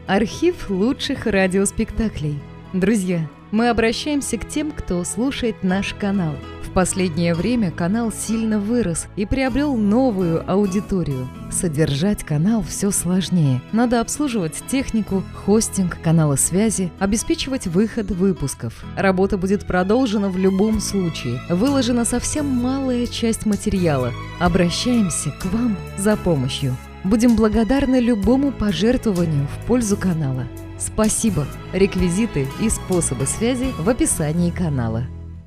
Архив лучших радиоспектаклей. Друзья, мы обращаемся к тем, кто слушает наш канал. В последнее время канал сильно вырос и приобрел новую аудиторию. Содержать канал все сложнее. Надо обслуживать технику, хостинг, каналы связи, обеспечивать выход выпусков. Работа будет продолжена в любом случае. Выложена совсем малая часть материала. Обращаемся к вам за помощью. Будем благодарны любому пожертвованию в пользу канала. Спасибо! Реквизиты и способы связи в описании канала.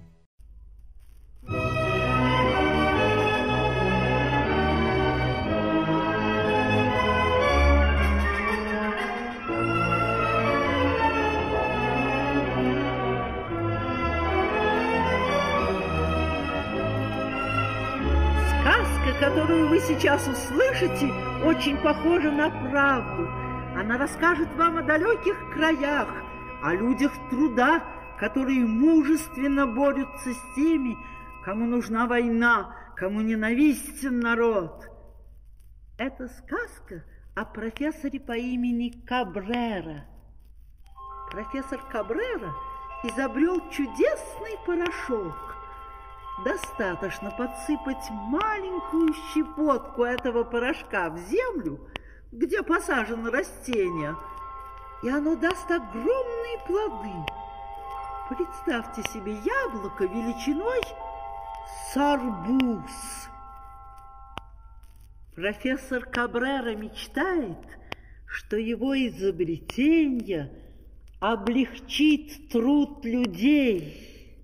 Которую вы сейчас услышите, очень похожа на правду. Она расскажет вам о далеких краях, о людях труда, которые мужественно борются с теми, кому нужна война, кому ненавистен народ. Это сказка о профессоре по имени Кабрера. Профессор Кабрера изобрел чудесный порошок. Достаточно подсыпать маленькую щепотку этого порошка в землю, где посажено растение, и оно даст огромные плоды. Представьте себе яблоко величиной с арбуз. Профессор Кабрера мечтает, что его изобретение облегчит труд людей.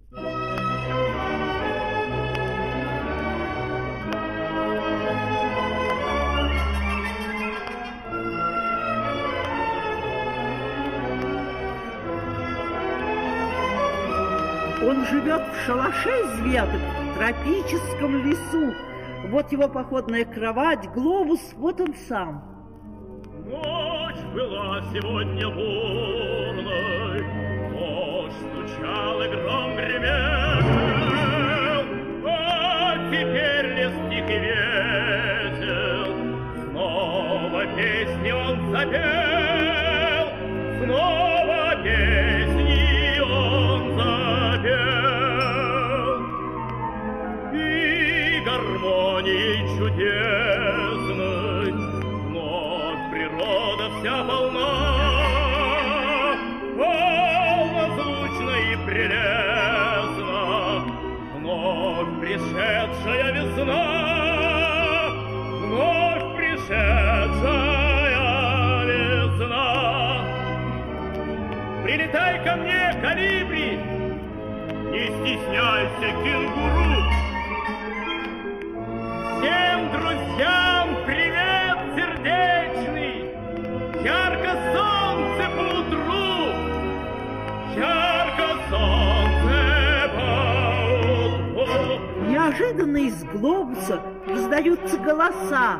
Он живет в шалаше из веток в тропическом лесу. Вот его походная кровать, глобус, вот он сам. Ночь была сегодня бурной, дождь стучал и гром гремел, а теперь лес тих и весел, снова песни он запел, снова песни он запел. И гармонией чудесной вновь природа вся полна, полнозвучна и прелестна, вновь пришедшая весна, вновь пришедшая весна. Прилетай ко мне, колибри, не стесняйся, кенгуру. Всем друзьям привет сердечный, ярко солнце поутру, ярко солнце поутру. Неожиданно из глобуса раздаются голоса.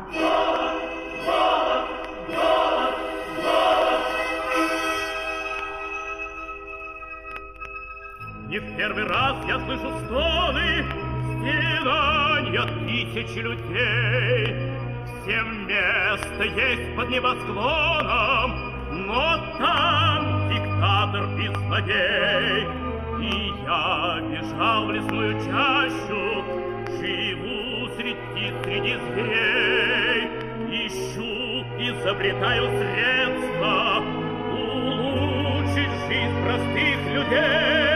Не в первый раз я слышу стоны, стенания тысячи людей. Всем место есть под небосклоном, но там диктатор и злодей. И я бежал в лесную чащу, живу среди зверей, ищу, изобретаю средства улучшить жизнь простых людей.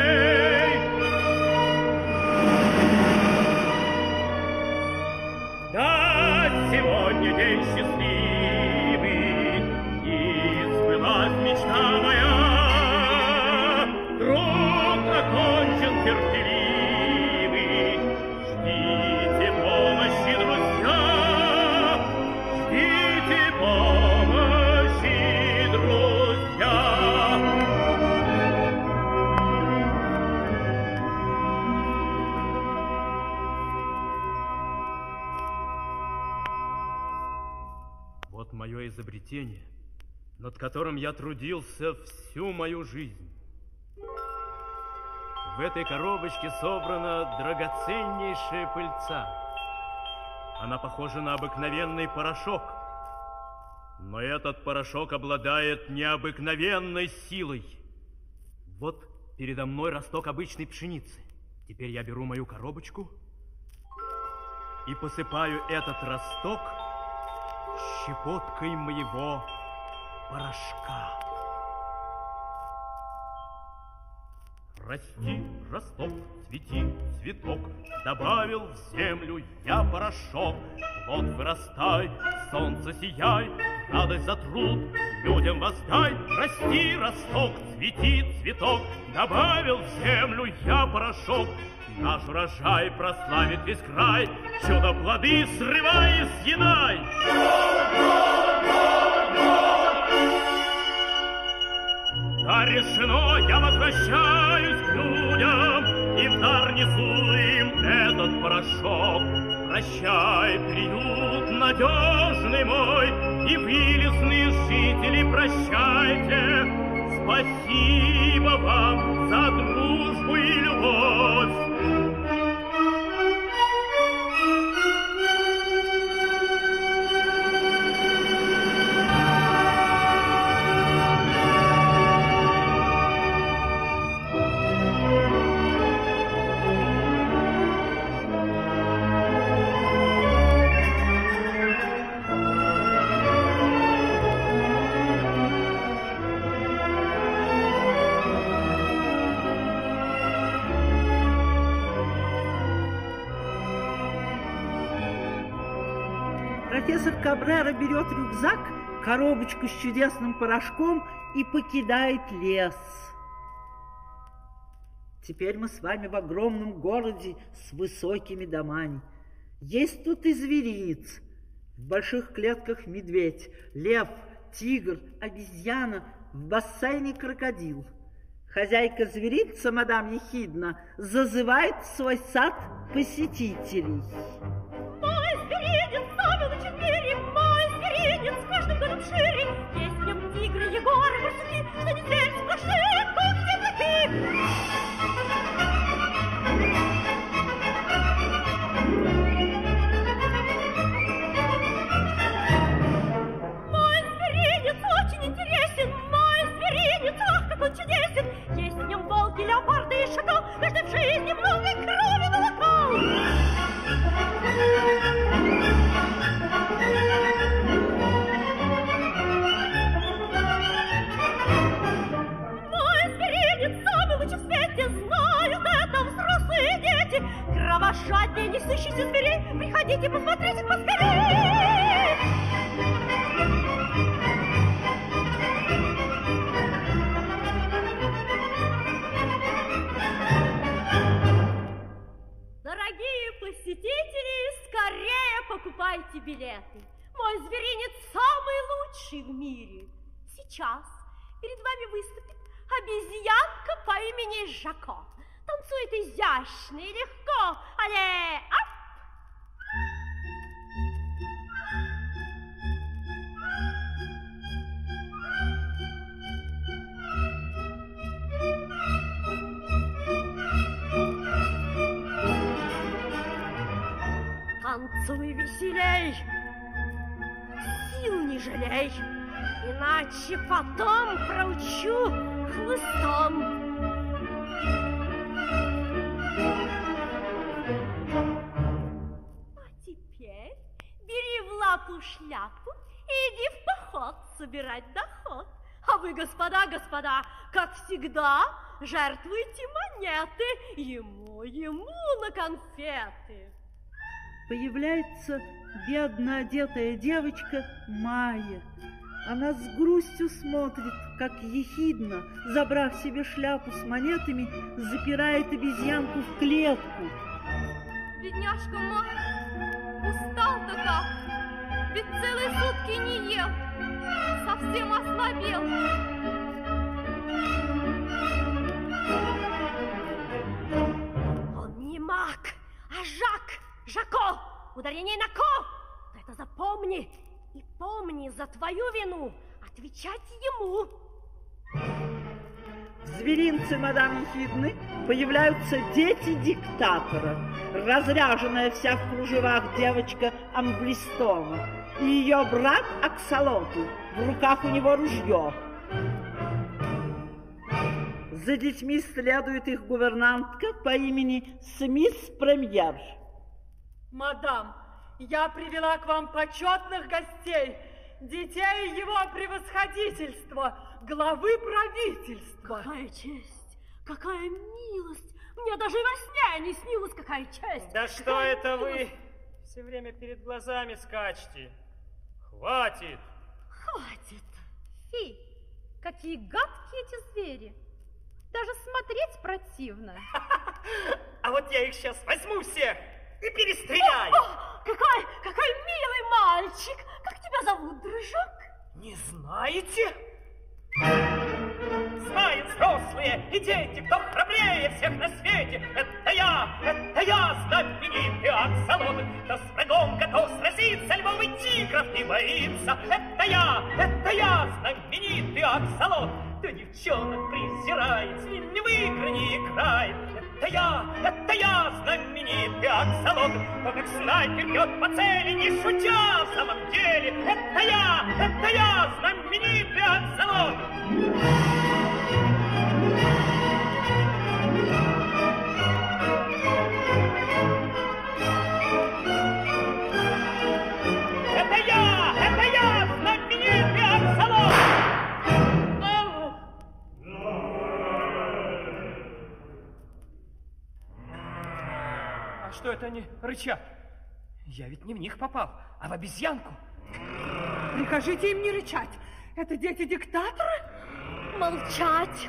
Да, сегодня день счастливый, и сбылась мечта моя. Труд окончен терпеливый, ждите помощи, друзья, ждите помощи, друзья. Вот мое изобретение, над которым я трудился всю мою жизнь. В этой коробочке собрана драгоценнейшая пыльца. Она похожа на обыкновенный порошок, Но этот порошок обладает необыкновенной силой. Вот передо мной росток обычной пшеницы. Теперь я беру мою коробочку и посыпаю этот росток щепоткой моего порошка. Расти, росток, цвети, цветок, добавил в землю я порошок. Вот вырастай, солнце сияй, радость за труд людям воздай. Расти, росток, цвети, цветок, добавил в землю я порошок. Наш урожай прославит весь край, чудо-плоды срывай и съедай. Да решено, я возвращаюсь к людям и в дар несу им этот порошок. Прощай, приют надежный мой, и вы, лесные жители, прощайте. Спасибо вам за дружбу и любовь. Профессор Кабрера берет рюкзак, коробочку с чудесным порошком и покидает лес. Теперь мы с вами в огромном городе с высокими домами. Есть тут и зверинец. В больших клетках медведь, лев, тигр, обезьяна, в бассейне крокодил. Хозяйка зверинца, мадам Ехидна, зазывает в свой сад посетителей. Зверинец, самый лучший в мире, мой зверинец, с каждым годом шире. Есть в нем тигры, егоры, барсуки, что не зверь, сплошные когти-клыки. Мой зверинец очень интересен, мой зверинец, ах, как он чудесен. Есть в нем волки, леопарды и шакал, каждый в жизни много крови молока. Кровожаднее несущихся зверей, приходите, посмотрите поскорее! Дорогие посетители, скорее покупайте билеты. Мой зверинец самый лучший в мире. Сейчас перед вами выступит обезьянка по имени Жако. Танцует изящно и легко. Але, ап! Танцуй веселей, сил не жалей, иначе потом проучу хлыстом. Лапу шляпу и иди в поход собирать доход. А вы, господа, как всегда, жертвуйте монеты ему на конфеты. Появляется бедно одетая девочка Майя. Она с грустью смотрит, как Ехидна, забрав себе шляпу с монетами, запирает обезьянку в клетку. Бедняжка Майя, устал-то как, ведь целые сутки не ел, совсем ослабел. Он не маг, а Жако, ударение на ко. Ты это запомни и помни за твою вину отвечать ему. В зверинце мадам Ехидны появляются дети диктатора. Разряженная вся в кружевах девочка Амблистома и ее брат Аксолотль. В руках у него ружье. За детьми следует их гувернантка по имени Смис Премьер. Мадам, я привела к вам почетных гостей, детей его превосходительства, главы правительства. Какая честь, какая милость. Мне даже и во сне не снилась, какая честь. Да что это вы все время перед глазами скачете? Хватит. Хватит. Фи, какие гадкие эти звери. Даже смотреть противно. А вот я их сейчас возьму всех и перестреляю. Какой милый мальчик. Как тебя зовут, дружок? Не знаете? Знают взрослые и дети, кто храбрее всех на свете. Это я, знаменитый Аксолотль, кто с врагом готов сразиться, львов и тигров не боится. Это я, знаменитый Аксолотль, кто девчонок презирает, с ним не в игры не играет. Это я, знаменитый Аксолотль, кто как снайпер бьет по цели, не шутя в самом деле. Это я, знаменитый Аксолотль. Это я, знаменитый Аксолотль. А что это они рычат? Я ведь не в них попал, а в обезьянку. Прикажите им не рычать. Это дети диктатора? Молчать!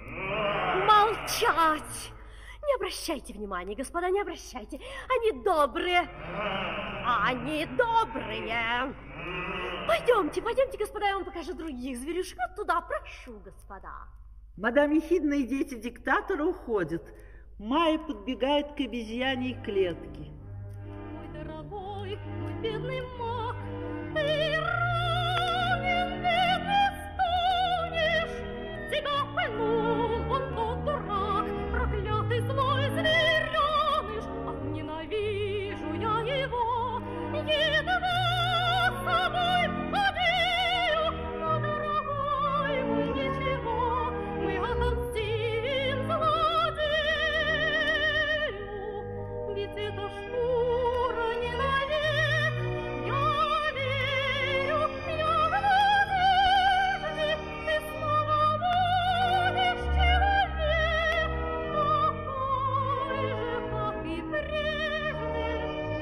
Молчать! Не обращайте внимания, господа, не обращайте. Они добрые. Они добрые. Пойдемте, господа, я вам покажу других зверюшек. Вот туда, прошу, господа. Мадам Ехидна и дети диктатора уходят. Майя подбегает к обезьяньей клетке. Мой дорогой, мой бедный маг, ты ранен, бедный, стонешь. Тебя поймал вон тот дурак, проклятый злой звереныш. Ах, ненавижу я его, едва с собой владею. Но, дорогой мой, ничего, мы отомстим злодею. Ведь это шкура не навек. Я верю в надежде, ты снова будешь человек, такой же, как и прежде.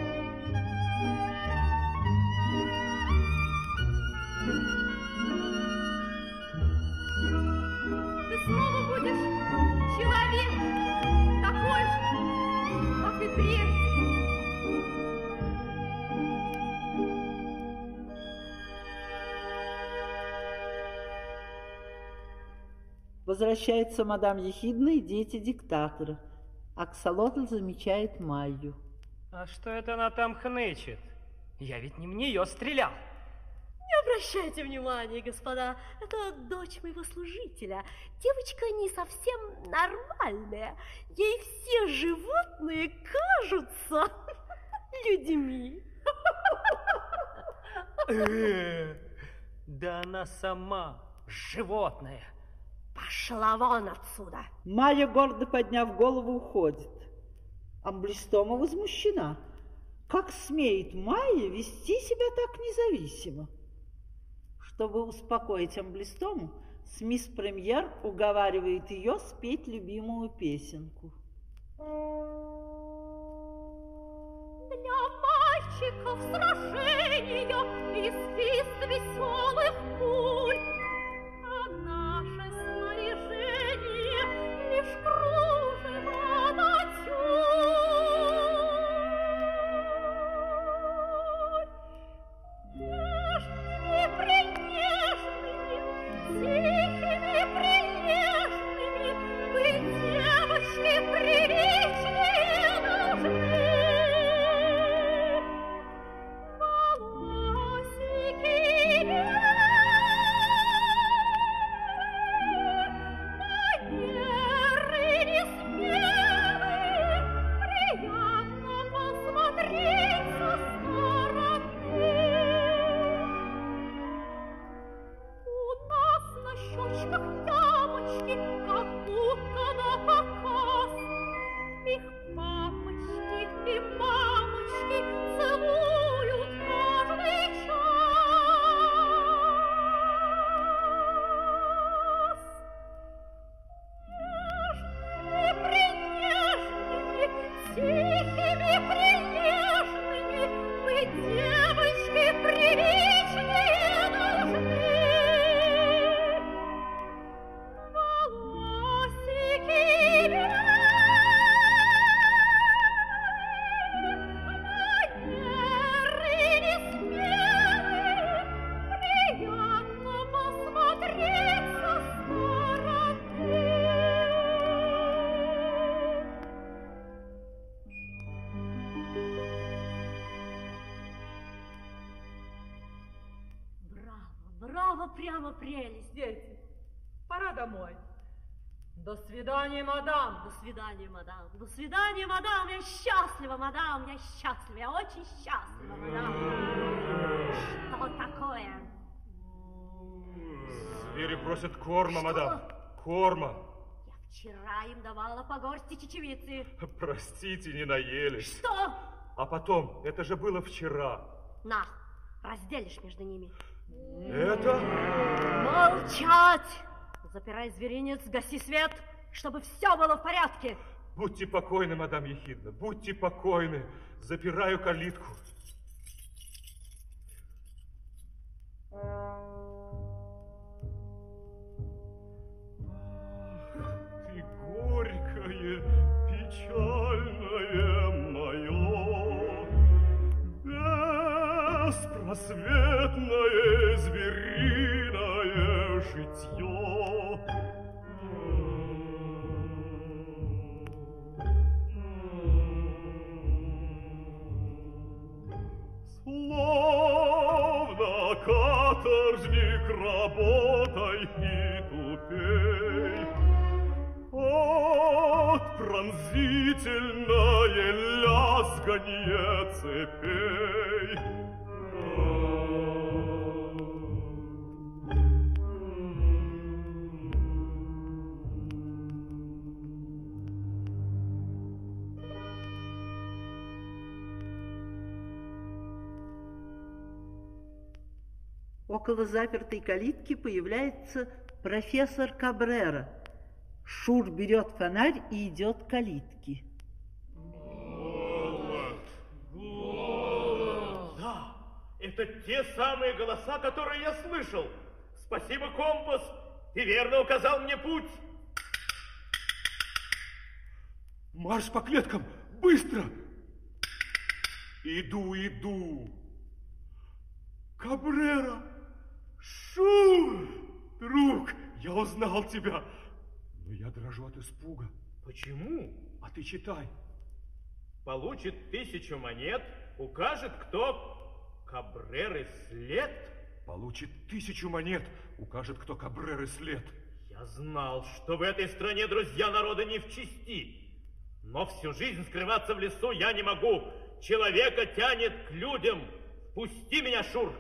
Ты снова будешь человек, такой же, как и прежде. Возвращается мадам Ехидна и дети диктатора. Аксолотль замечает Майю. А что это она там хнычет? Я ведь не в нее стрелял. Не обращайте внимания, господа, это дочь моего служителя. Девочка не совсем нормальная. Ей все животные кажутся людьми. Да она сама животное. Пошла вон отсюда. Майя, гордо подняв голову, уходит. Амблистома возмущена. Как смеет Майя вести себя так независимо? Чтобы успокоить Амблистому, Смис Премьер уговаривает ее спеть любимую песенку. Для мальчиков сражения и свист веселых пуль, а наше снаряжение лишь кружево да тюль. Нежными, пренежными, тихими, прилежными вы, девочки, приличные должны. Приятно посмотреть со стороны. прямо прелесть. Дети, пора домой. До свидания, мадам. До свидания, мадам. До свидания, мадам. Я счастлива, мадам. Я счастлива. Я очень счастлива, мадам. Что такое? Звери просят корма, Что? мадам. Корма. Я вчера им давала по горсти чечевицы. Простите, не наелись. Что? А потом, это же было вчера. На, разделишь между ними. Это? Молчать! Запирай зверинец, гаси свет, чтобы все было в порядке. Будьте покойны, мадам Ехидна, будьте покойны. Запираю калитку. Ты горькое, печальное мое, беспросветное звериное житье. Словно каторжник работай и тупей от пронзительное лязганье цепей. Около запертой калитки появляется профессор Кабрера. Шур берет фонарь и идет к калитке. Да, это те самые голоса, которые я слышал. Спасибо, компас, ты верно указал мне путь. Марш по клеткам, быстро! Иду, иду. Кабрера! Шур! Друг, я узнал тебя. Но я дрожу от испуга. Почему? А ты читай. Получит 1000 монет, укажет, кто Кабреры след. Получит 1000 монет, укажет, кто Кабреры след. Я знал, что в этой стране друзья народа не в чести. Но всю жизнь скрываться в лесу я не могу. Человека тянет к людям. Пусти меня, Шур.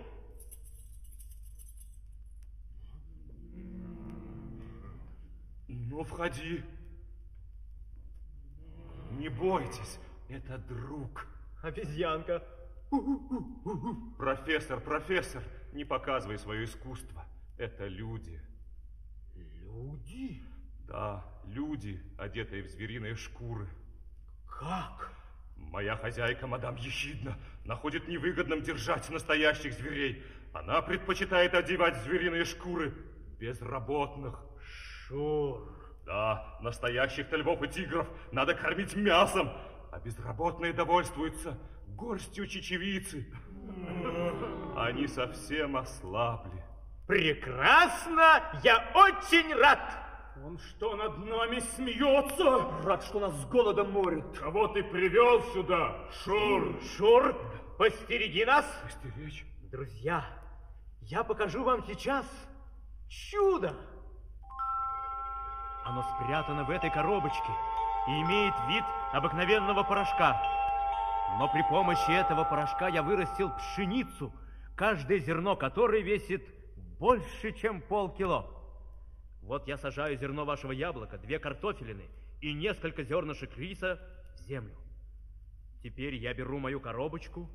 Ну, входи. Не бойтесь, это друг. Обезьянка. Профессор, профессор, не показывай свое искусство. Это люди. Люди? Да, люди, одетые в звериные шкуры. Как? Моя хозяйка, мадам Ехидна, находит невыгодным держать настоящих зверей. Она предпочитает одевать звериные шкуры безработных. Шур. Да, настоящих-то львов и тигров надо кормить мясом, а безработные довольствуются горстью чечевицы. Они совсем ослабли. Прекрасно! Я очень рад! Он что, над нами смеется? Рад, что нас с голодом морят. Кого ты привел сюда, Шур? Шур, постереги нас. Постеречь? Друзья, я покажу вам сейчас чудо. Оно спрятано в этой коробочке и имеет вид обыкновенного порошка. Но при помощи этого порошка я вырастил пшеницу, каждое зерно которой весит больше, чем полкило. Вот я сажаю зерно вашего яблока, 2 картофелины и несколько зернышек риса в землю. Теперь я беру мою коробочку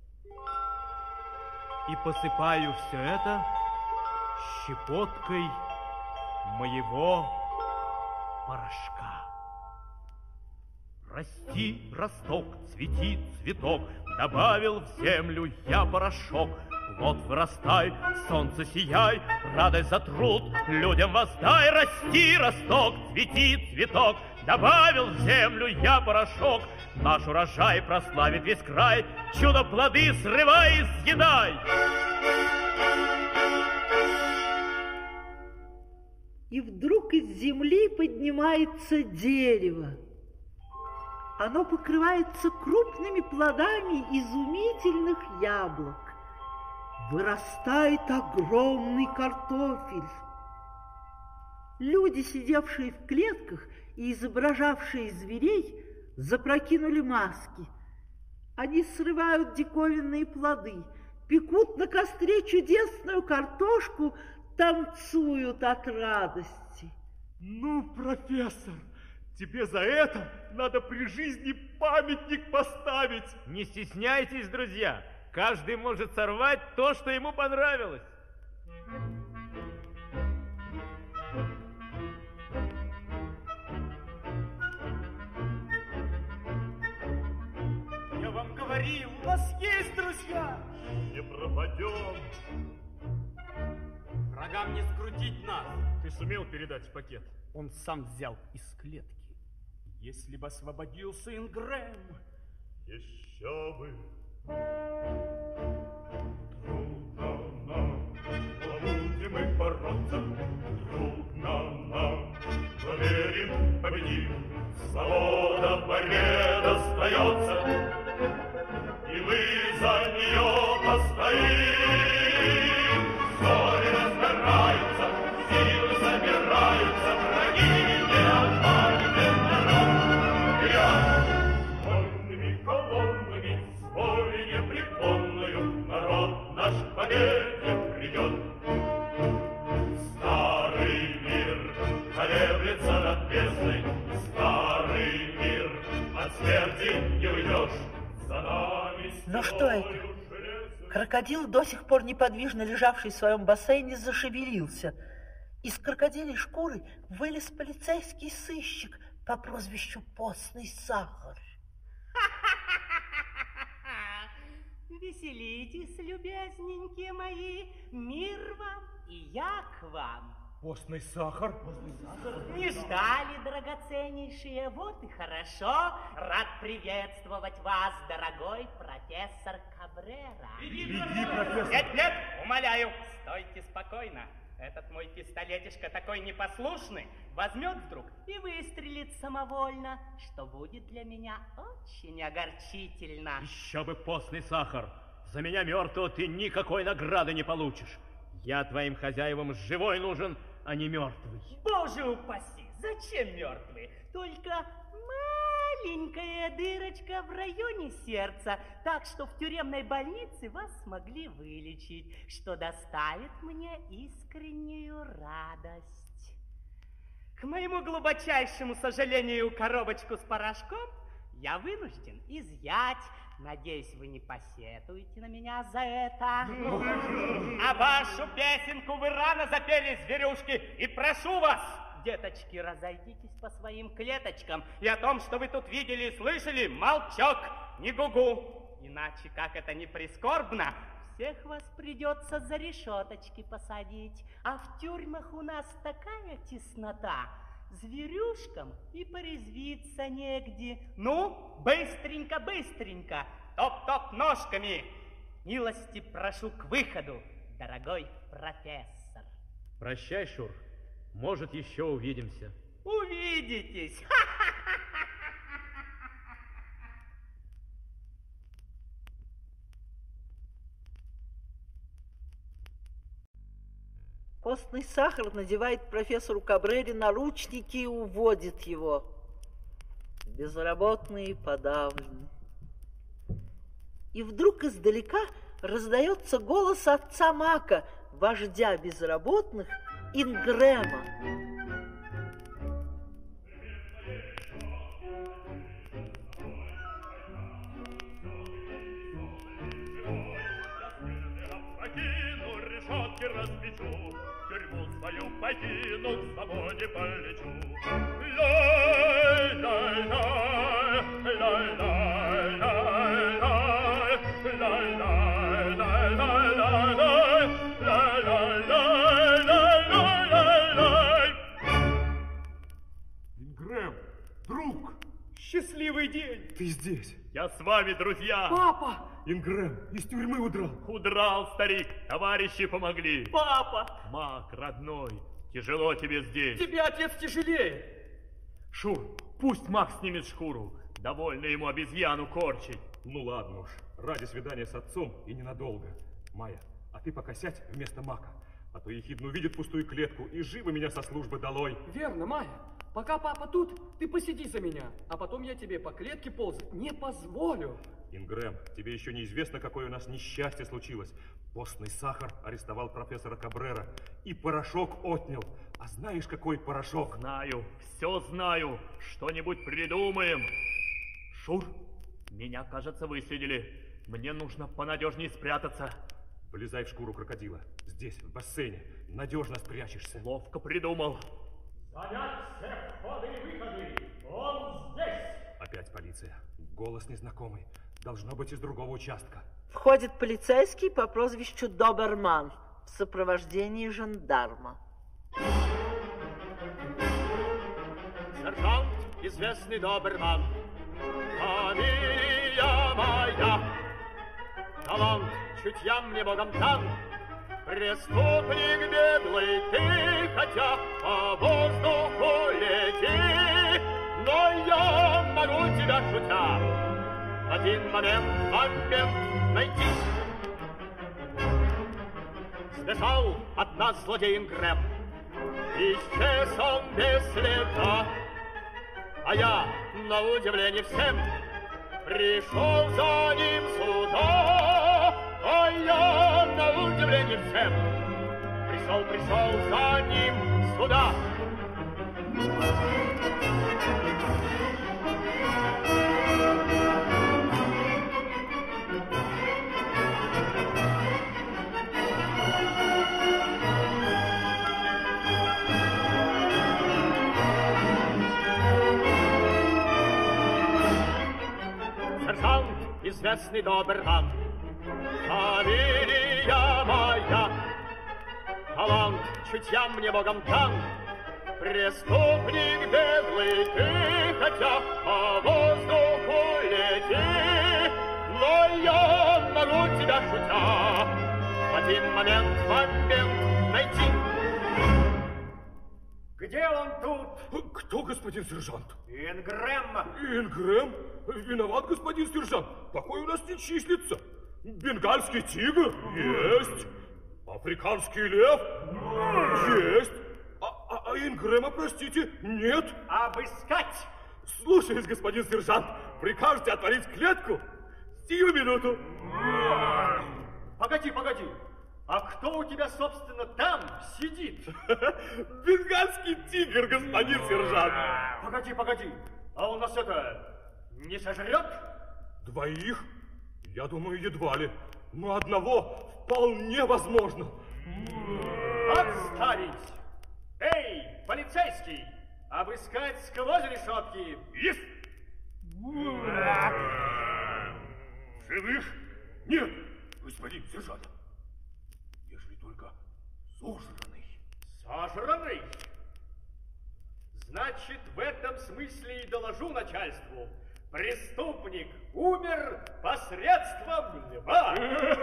и посыпаю все это щепоткой моего порошка. Расти, росток, цвети, цветок, добавил в землю я порошок. Плод вырастай, солнце сияй, радость за труд людям воздай. Расти, росток, цвети, цветок, добавил в землю я порошок. Наш урожай прославит весь край, чудо-плоды срывай и съедай. И вдруг из земли поднимается дерево. Оно покрывается крупными плодами изумительных яблок. вырастает огромный картофель. Люди, сидевшие в клетках и изображавшие зверей, запрокинули маски. Они срывают диковинные плоды, пекут на костре чудесную картошку, танцуют от радости. Ну, профессор, тебе за это надо при жизни памятник поставить. Не стесняйтесь, друзья. Каждый может сорвать то, что ему понравилось. Я вам говорил, у нас есть друзья. Не пропадем. Врагам не скрутить нас. Ты сумел передать пакет? Он сам взял из клетки. Если бы освободился Ингрэм. Еще бы. Трудно нам, но будем мы бороться. Трудно нам, но верим, победим. Свобода в борьбе достается, и мы за нее постоим. Зори разбираются, силы собираются, враги не обманет народ. Я вольными колоннами, с волей непреклонною, народ наш к победе придет. Старый мир колеблется над бездной, старый мир, от смерти не уйдешь. За нами Но что это? Крокодил, до сих пор неподвижно лежавший в своем бассейне, зашевелился. Из крокодилей шкуры вылез полицейский сыщик по прозвищу Постный Сахар. Веселитесь, любезненькие мои, мир вам и я к вам. Постный сахар? Не ждали, драгоценнейшие, вот и хорошо. Рад приветствовать вас, дорогой профессор Кабрера. Беги, профессор. Нет, умоляю, стойте спокойно. Этот мой пистолетишка такой непослушный, возьмет вдруг И выстрелит самовольно, что будет для меня очень огорчительно. Еще бы, постный сахар. За меня мертвого ты никакой награды не получишь. Я твоим хозяевам живой нужен, а не мертвый. Боже упаси, зачем мертвый? Только маленькая дырочка в районе сердца, так что в тюремной больнице вас смогли вылечить, что доставит мне искреннюю радость. К моему глубочайшему сожалению, коробочку с порошком я вынужден изъять. Надеюсь, вы не посетуете на меня за это. А вашу песенку вы рано запели, зверюшки, и прошу вас, Деточки, разойдитесь по своим клеточкам. и о том, что вы тут видели и слышали, молчок, не гугу. Иначе, как это не прискорбно, всех вас придется за решеточки посадить. А в тюрьмах у нас такая теснота, зверюшкам и порезвиться негде. Ну, быстренько, быстренько, топ-топ ножками. Милости прошу к выходу, дорогой профессор. Прощай, Шур, может, еще увидимся. Увидитесь! Постный Сахар надевает профессору Кабрере наручники и уводит его. Безработные подавлены. И вдруг издалека раздается голос отца Мака, вождя безработных, Ингрэма. Покину, решетки распечу, тюрьму свою покину, к свободе полечу. Лай-лай-лай, лай-лай-лай-лай, лай-лай-лай-лай-лай, лай-лай-лай-лай-лай-лай. Ингрэм, друг! Счастливый день! Ты здесь! Я с вами, друзья! Папа! Ингрэм из тюрьмы удрал! Удрал, старик, товарищи помогли. Папа! Мак, родной, тяжело тебе здесь. Тебе, отец, тяжелее! Шур, пусть Мак снимет шкуру. Довольно ему обезьяну корчить. Ну ладно уж, ради свидания с отцом и ненадолго. Майя, ты пока сядь вместо Мака, а то ехидно увидит пустую клетку и живо меня со службы долой. Верно, Майя. Пока папа тут, ты посиди за меня, а потом я тебе по клетке ползать не позволю. Ингрэм, тебе еще неизвестно, какое у нас несчастье случилось. Постный сахар арестовал профессора Кабрера и порошок отнял. А знаешь, какой порошок? Знаю, все знаю. Что-нибудь придумаем. Шур, меня, кажется, выследили. Мне нужно понадежнее спрятаться. Влезай в шкуру крокодила. Здесь, в бассейне. Надежно спрячешься. Ловко придумал. Занять все входы и выходы. Он здесь. Опять полиция. Голос незнакомый. Должно быть из другого участка. Входит полицейский по прозвищу Доберман в сопровождении жандарма. Сержант, известный Доберман. Фамилия моя. Талант чутья мне Богом дан. Преступник беглый ты, хотя по воздуху лети. Но я могу тебя, шутя, в один момент найти. Сбежал от нас злодей Ингрэм, исчез он без следа. А я, на удивление всем, пришел за ним сюда. А я, на удивление всем, пришел за ним сюда. Сержант, известный Доберман, фамилия моя. Талант чутья мне Богом дан. Преступник беглый ты, хотя по воздуху лети. Но я могу тебя, шутя, в один момент найти. Где он тут? Кто, господин сержант? Ингрэм. Ингрэм? Виноват, господин сержант. Такой у нас не числится. Бенгальский тигр? Есть. Африканский лев? Есть. А Ингрэма, простите, нет. Обыскать. Слушаюсь, господин сержант. Прикажете отворить клетку? Сию минуту. Погоди. А кто у тебя, собственно, там сидит? Бенгальский тигр, господин сержант. Погоди. А он нас не сожрет? Двоих? Я думаю, едва ли. Но одного вполне возможно. Отставить! Эй, полицейский! Обыскать сквозь решетки! Есть! Живых? Нет, господин сержант. Если только сожранный. Сожранный? Значит, в этом смысле и доложу начальству. Преступник умер посредством льва.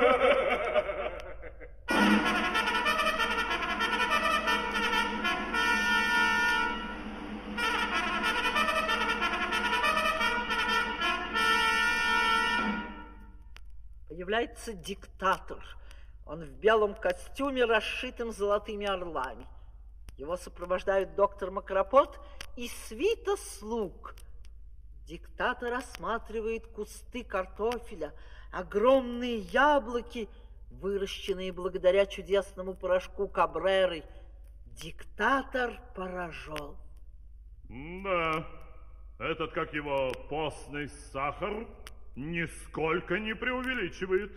Появляется диктатор. Он в белом костюме, расшитым золотыми орлами. Его сопровождают доктор Макропот и свита слуг. Диктатор осматривает кусты картофеля, огромные яблоки, выращенные благодаря чудесному порошку Кабреры. Диктатор поражен. Да, этот, как его, постный сахар, нисколько не преувеличивает.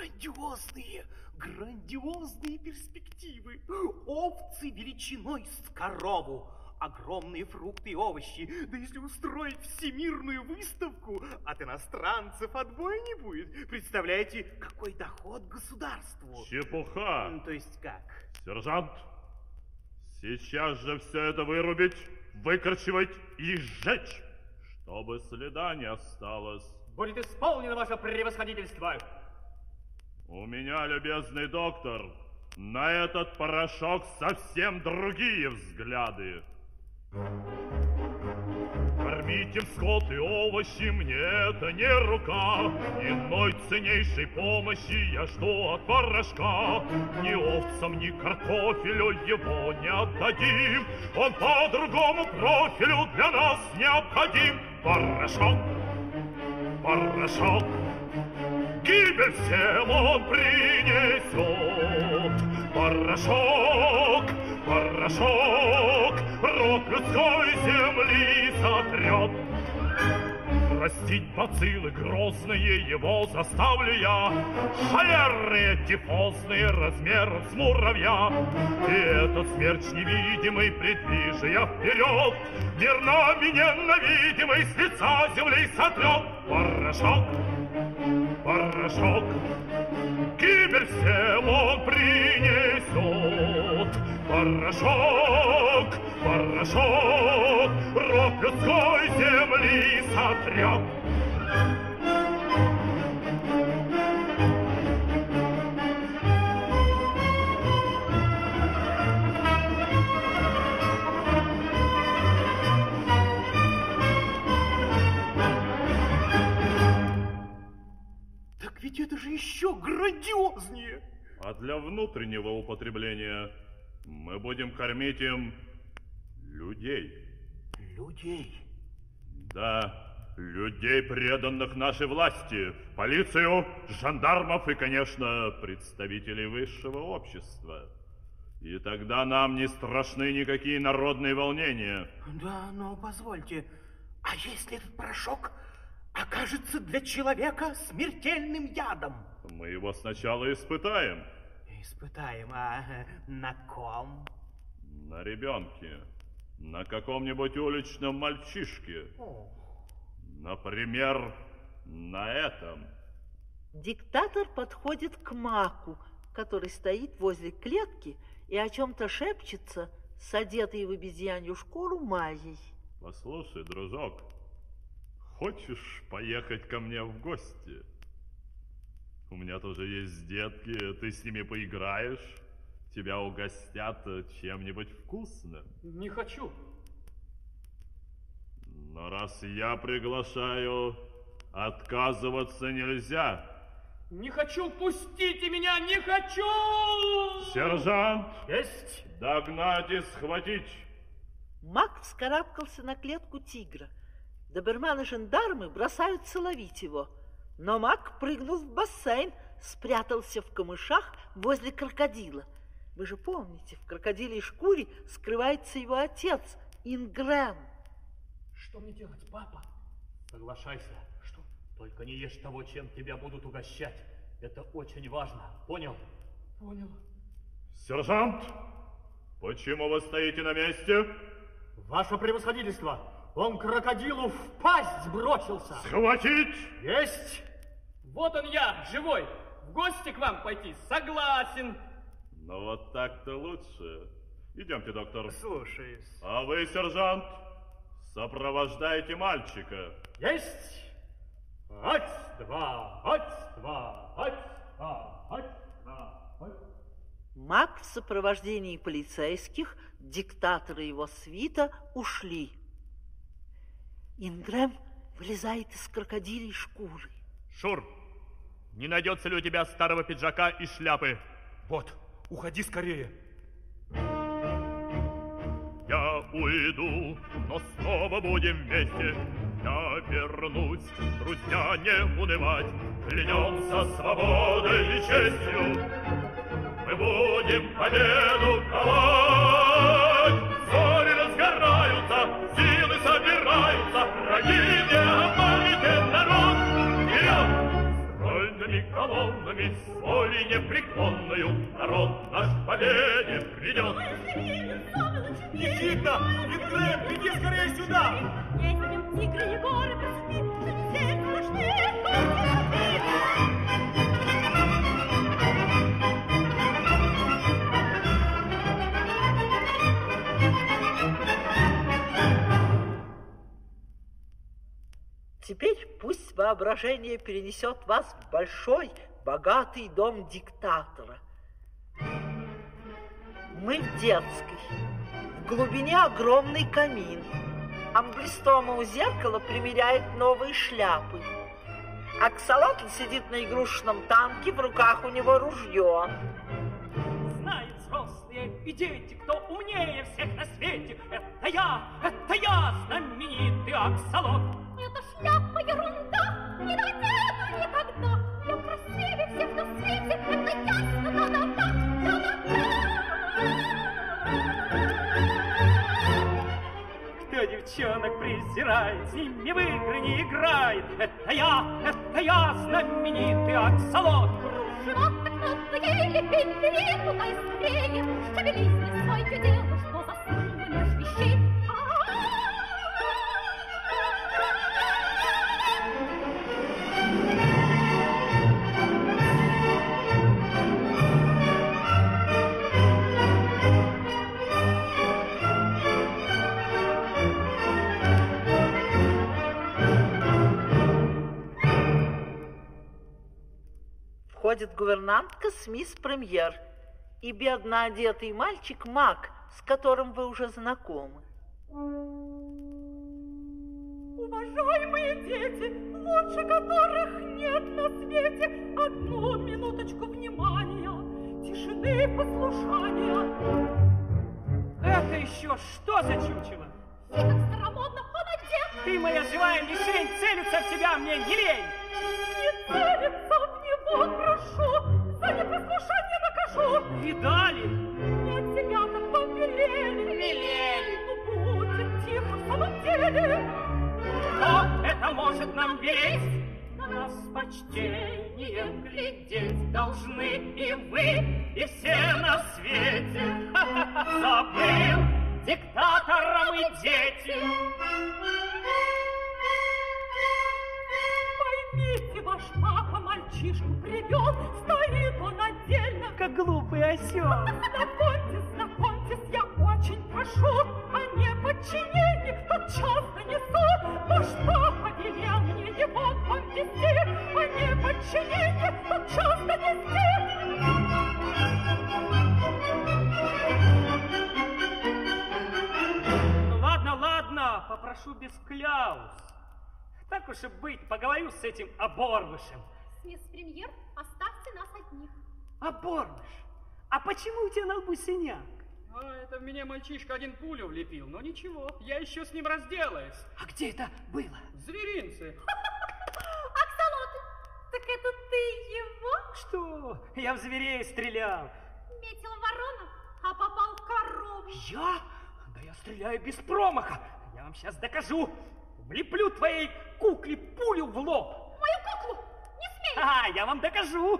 Грандиозные перспективы. Овцы величиной с корову. Огромные фрукты и овощи. Да если устроить всемирную выставку, от иностранцев отбоя не будет. Представляете, какой доход государству? Чепуха. То есть как? Сержант, сейчас же все это вырубить, выкорчевать и сжечь, чтобы следа не осталось. Будет исполнено ваше превосходительство. У меня, любезный доктор, на этот порошок совсем другие взгляды. Кормить им скот и овощи мне это не рука. Иной ценнейшей помощи я жду от порошка. Ни овцам, ни картофелю его не отдадим. Он по другому профилю для нас необходим. Порошок, порошок, гибель всем он принесет. Порошок, порошок, род людской земли сотрет. Растить бациллы грозные его заставлю я, холерные, тифозные, размером с муравья. И этот смерч невидимый, предвижия вперед, мир нами ненавидимый с лица земли сотрет. Порошок, порошок, гибель всем он принесет. Порошок, порошок, род людской земли сотрет. Так ведь это же еще грандиознее. А для внутреннего употребления мы будем кормить им людей. Людей? Да, людей, преданных нашей власти, полицию, жандармов и, конечно, представителей высшего общества. И тогда нам не страшны никакие народные волнения. Да, но позвольте, а если этот порошок окажется для человека смертельным ядом? Мы его сначала испытаем. Испытаем, а на ком? На ребенке. На каком-нибудь уличном мальчишке. Например, на этом. Диктатор подходит к Маку, который стоит возле клетки и о чем-то шепчется с одетой в обезьянью шкуру Майей. Послушай, дружок, хочешь поехать ко мне в гости? У меня тоже есть детки, ты с ними поиграешь, тебя угостят чем-нибудь вкусным. Не хочу. Но раз я приглашаю, отказываться нельзя. Не хочу, пустите меня, не хочу! Сержант! Есть! Догнать и схватить! Мак вскарабкался на клетку тигра. Доберманы-жандармы бросаются ловить его. Но Мак прыгнул в бассейн, спрятался в камышах возле крокодила. Вы же помните, в крокодилей шкуре скрывается его отец, Ингрэм. Что мне делать, папа? Соглашайся. Что? Только не ешь того, чем тебя будут угощать. Это очень важно. Понял? Понял. Сержант, почему вы стоите на месте? Ваше превосходительство, он крокодилу в пасть бросился. Схватить! Есть! Вот он я, живой. В гости к вам пойти согласен. Ну вот так-то лучше. Идемте, доктор. Слушаюсь. А вы, сержант, сопровождайте мальчика. Есть! Ать-два, ать-два, ать-два, ать-два, ать. Мак в сопровождении полицейских, диктатора и его свита ушли. Ингрэм вылезает из крокодилей шкуры. Шур, не найдется ли у тебя старого пиджака и шляпы? Вот, уходи скорее. Я уйду, но снова будем вместе. Я вернусь, друзья, не унывать. Клянемся свободой и честью. Мы будем победу ковать. Зори разгораются, силы собираются. Враги не обманете народ. Вперед! Стройными колоннами, с волей непреклонною народ наш к победе придет. Никита! Ингрэм, иди скорее сюда! Этим тигры Егоры красоты, все сплошные Теперь пусть воображение перенесет вас в большой, богатый дом диктатора. Мы в детской. В глубине огромный камин. Амблистома у зеркала примеряет новые шляпы. Аксолотл сидит на игрушечном танке, в руках у него ружье. Знают взрослые и дети, кто умнее всех на свете. Это я, знаменитый аксолотл. Эта шляпа ерунда, не надену никогда. Я красивее всех на свете, это ясно, да-да-да. Кто девчонок презирает, с ними в игры не играет. Это я, знаменитый аксолотл. Кружева так надоели, бери, туда скорее. Шевелись, не свое дело, что засунешь вещей. Входит гувернантка с мисс Премьер и бедно одетый мальчик Мак, с которым вы уже знакомы. Уважаемые дети, лучше которых нет на свете, одну минуточку внимания, тишины и послушания. Это еще что за чучело? Ты как старомодно понадет. Ты моя живая мишень, целиться в тебя мне не лень. Не целиться в него, прошу, за непослушание накажу. Видали? Не от тебя, как вам велели. Велели. Ну, будет тихо в самом деле. Кто это может нам велеть? Нас с почтением глядеть должны и вы, и все на свете. Забыл диктатором и дети. Поймите, ваш папа мальчишку привел, стоит он отдельно, как глупый осел. Знакомьтесь, я очень прошу, о неподчинении тотчас донесу. Ваш папа велел мне его к вам вести, о неподчинении тотчас донести. Ладно, попрошу без кляус. Так уж и быть, поговорю с этим оборвышем. Мисс Премьер, оставьте нас одних. Оборвыш, а почему у тебя на лбу синяк? Это в меня мальчишка один пулю влепил, но ничего, я еще с ним разделаюсь. А где это было? В зверинце. Аксолотл, так это ты его? Что? Я в зверей стрелял. Метил ворона, а попал в корову. Я? Да я стреляю без промаха. Я вам сейчас докажу. Влеплю твоей кукле пулю в лоб. Мою куклу? Не смей! Я вам докажу.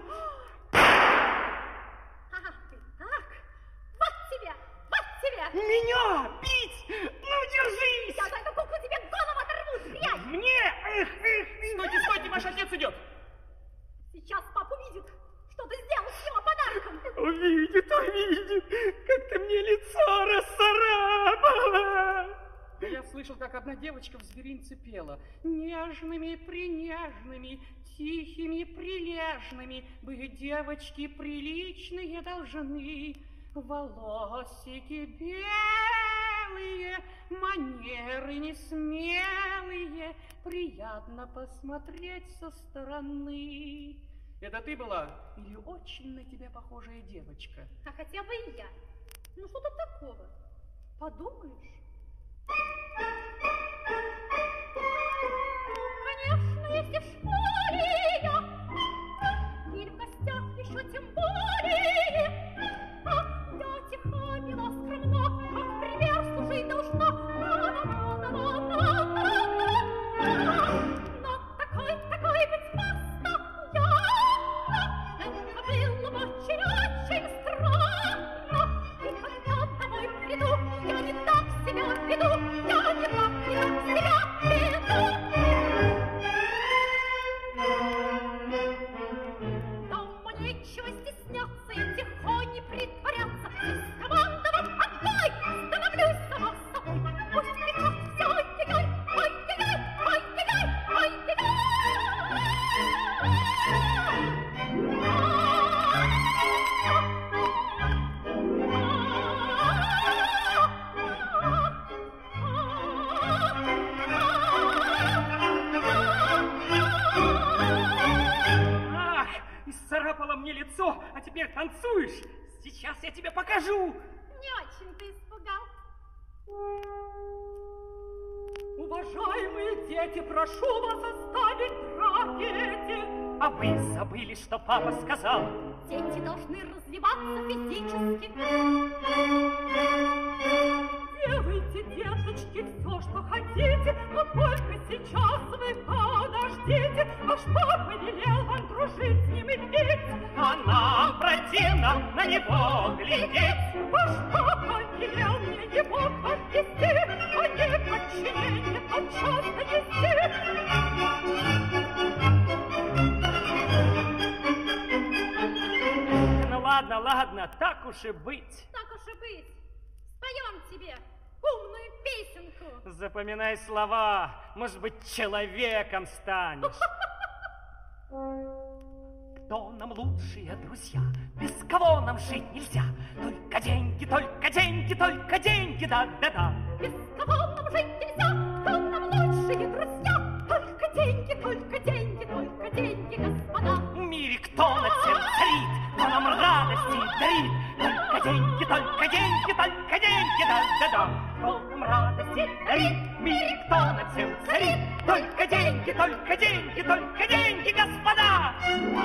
Ага, ты так. Вот тебя. Меня бить? Ну, держись. Я за эту куклу тебе голову оторву, дрянь. Мне? Стойте, ваш отец идет. Сейчас папа увидит, что ты сделал с его подарком. Увидит. Как ты мне лицо расцарапала. Я слышал, как одна девочка в зверинце пела. Нежными, тихими, прилежными быть девочки приличные должны. Волосики белые, манеры несмелые, приятно посмотреть со стороны. Это ты была? Или очень на тебя похожая девочка? А хотя бы и я. Ну что тут такого? Подумаешь. Конечно, если в школе я, или в гостях еще тем более, я тиха, мила, скромна, как пример служить должна. Но такой быть просто я, это было бы очень странно. И когда домой приду, я не так себя веду, я не так себя веду. Дома нечего стесняться и тихо не притворяться. Скомандовав «Отдай!» становлюсь сама собой. Пусть кричат все ой-ой-ой, ой-ой-ой, ой-ой-ой, ой-ой-ой. Уважаемые дети, прошу вас оставить драки эти. А вы забыли, что папа сказал? Дети должны развиваться физически. Делайте, деточки, все, что хотите, но только сейчас вы подождите. Ваш папа велел вам дружить с ним и петь, а нам противно на него глядеть. Ваш папа велел мне его подвести, а не подчинение тотчас нанести. Ну ладно, ладно, так уж и быть. Так уж и быть. Споем тебе умную песенку. Запоминай слова, может быть, человеком станешь. Кто нам лучшие друзья? Без кого нам жить нельзя? Только деньги, только деньги, только деньги, да-да-да. Без кого нам жить нельзя? Кто нам лучшие друзья? Только деньги, только деньги, только деньги, господа. В мире кто над всем царит, кто нам радости дарит? Только деньги, только деньги, только деньги, да-да-да. Кто нам радости дарит? В мире кто над всем царит? Только деньги, только деньги, только деньги, господа.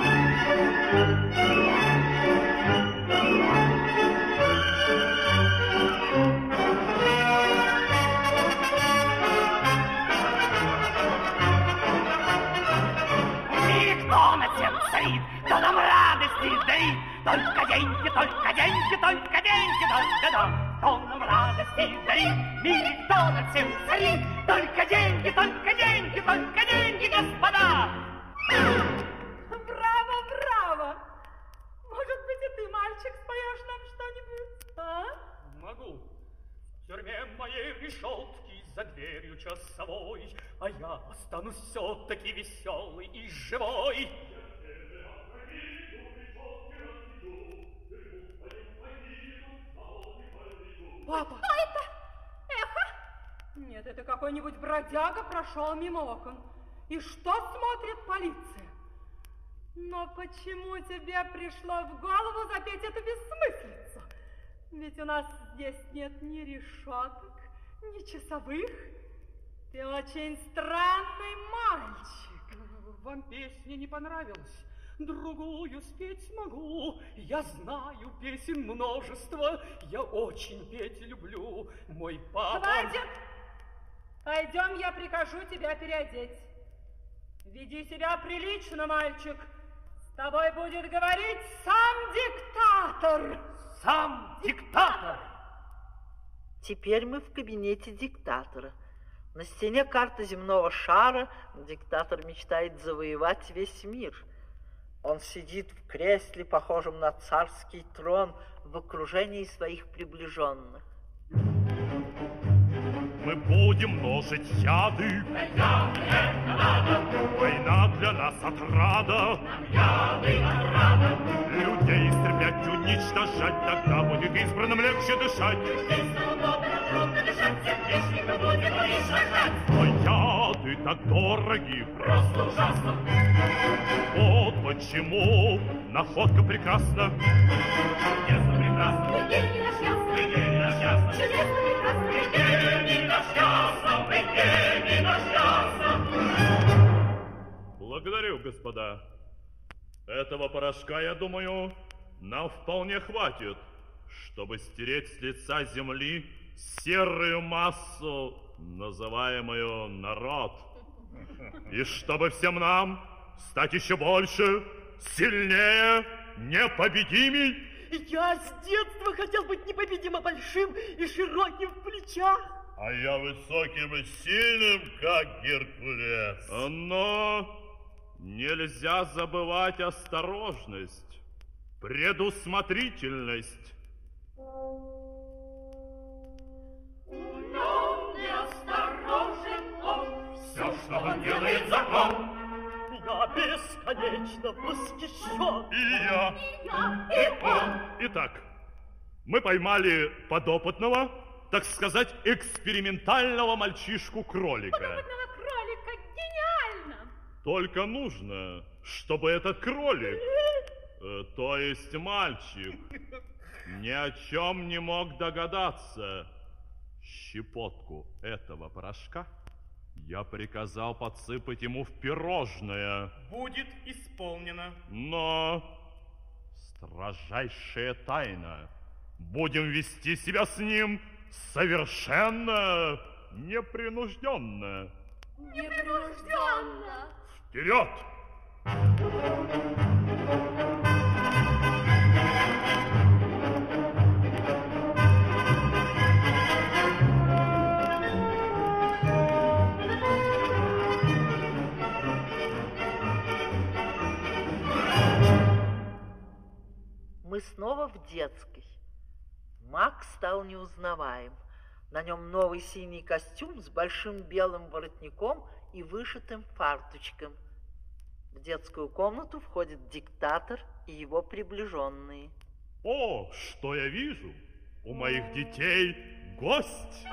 Кто над всем царит, кто нам радости дарит? Только деньги, только деньги, только деньги, да-да-да. Кто нам радости дарит? В мире кто над всем царит? Только деньги, только деньги, только деньги, господа. Браво, браво! Может быть, и ты, мальчик, споешь нам что-нибудь, а? Могу. В тюрьме моей решетки за дверью часовой, а я останусь все-таки веселый и живой. Папа! Что это? Эхо? Нет, это какой-нибудь бродяга прошел мимо окон. И что смотрит полиция? Но почему тебе пришло в голову запеть эту бессмыслицу? Ведь у нас здесь нет ни решеток, ни часовых. Ты очень странный мальчик. Вам песня не понравилась? Другую спеть смогу. Я знаю песен множество. Я очень петь люблю. Мой папа... Хватит! Пойдем, я прикажу тебя переодеть. Веди себя прилично, мальчик. С тобой будет говорить сам диктатор. Сам диктатор. Теперь мы в кабинете диктатора. На стене карта земного шара. Диктатор мечтает завоевать весь мир. Он сидит в кресле, похожем на царский трон, в окружении своих приближенных. Мы будем множить яды. Война для нас отрада. Людей истреблять, уничтожать, тогда будет избранным легче дышать. Но яды так дороги. Просто ужасно. Вот почему находка прекрасна. Чудесно прекрасно. Гений наш ясный. Гений наш ясный. Чудесно прекрасный. Гений наш ясный. Гений наш ясный. Благодарю, господа. Этого порошка, я думаю, нам вполне хватит, чтобы стереть с лица земли серую массу, называемую народ. И чтобы всем нам стать еще больше, сильнее, непобедимей. Я с детства хотел быть непобедимо большим и широким в плечах. А я высоким и сильным, как Геркулес. Но нельзя забывать осторожность, предусмотрительность. Но неосторожен он. Все, что он делает, закон. Я бесконечно восхищен. И я. И я, и он. Итак, мы поймали подопытного, так сказать, экспериментального мальчишку-кролика. Подопытного кролика, гениально! Только нужно, чтобы этот кролик, то есть мальчик, ни о чем не мог догадаться, щепотку этого порошка я приказал подсыпать ему в пирожное. Будет исполнено. Но строжайшая тайна. Будем вести себя с ним совершенно непринужденно. Непринужденно. Вперед! Мы снова в детской. Макс стал неузнаваем. На нем новый синий костюм с большим белым воротником и вышитым фарточком. В детскую комнату входит диктатор и его приближенные. О, что я вижу! У моих детей гость!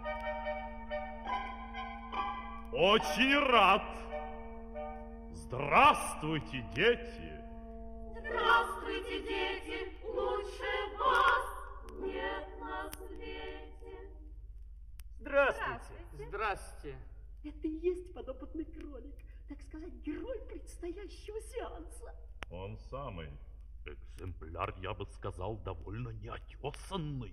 Очень рад! Здравствуйте, дети! Здравствуйте, дети! Лучше вас нет на свете. Здравствуйте. Здрасте. Это и есть подопытный кролик, так сказать, герой предстоящего сеанса. Он самый. Экземпляр, я бы сказал, довольно неотесанный.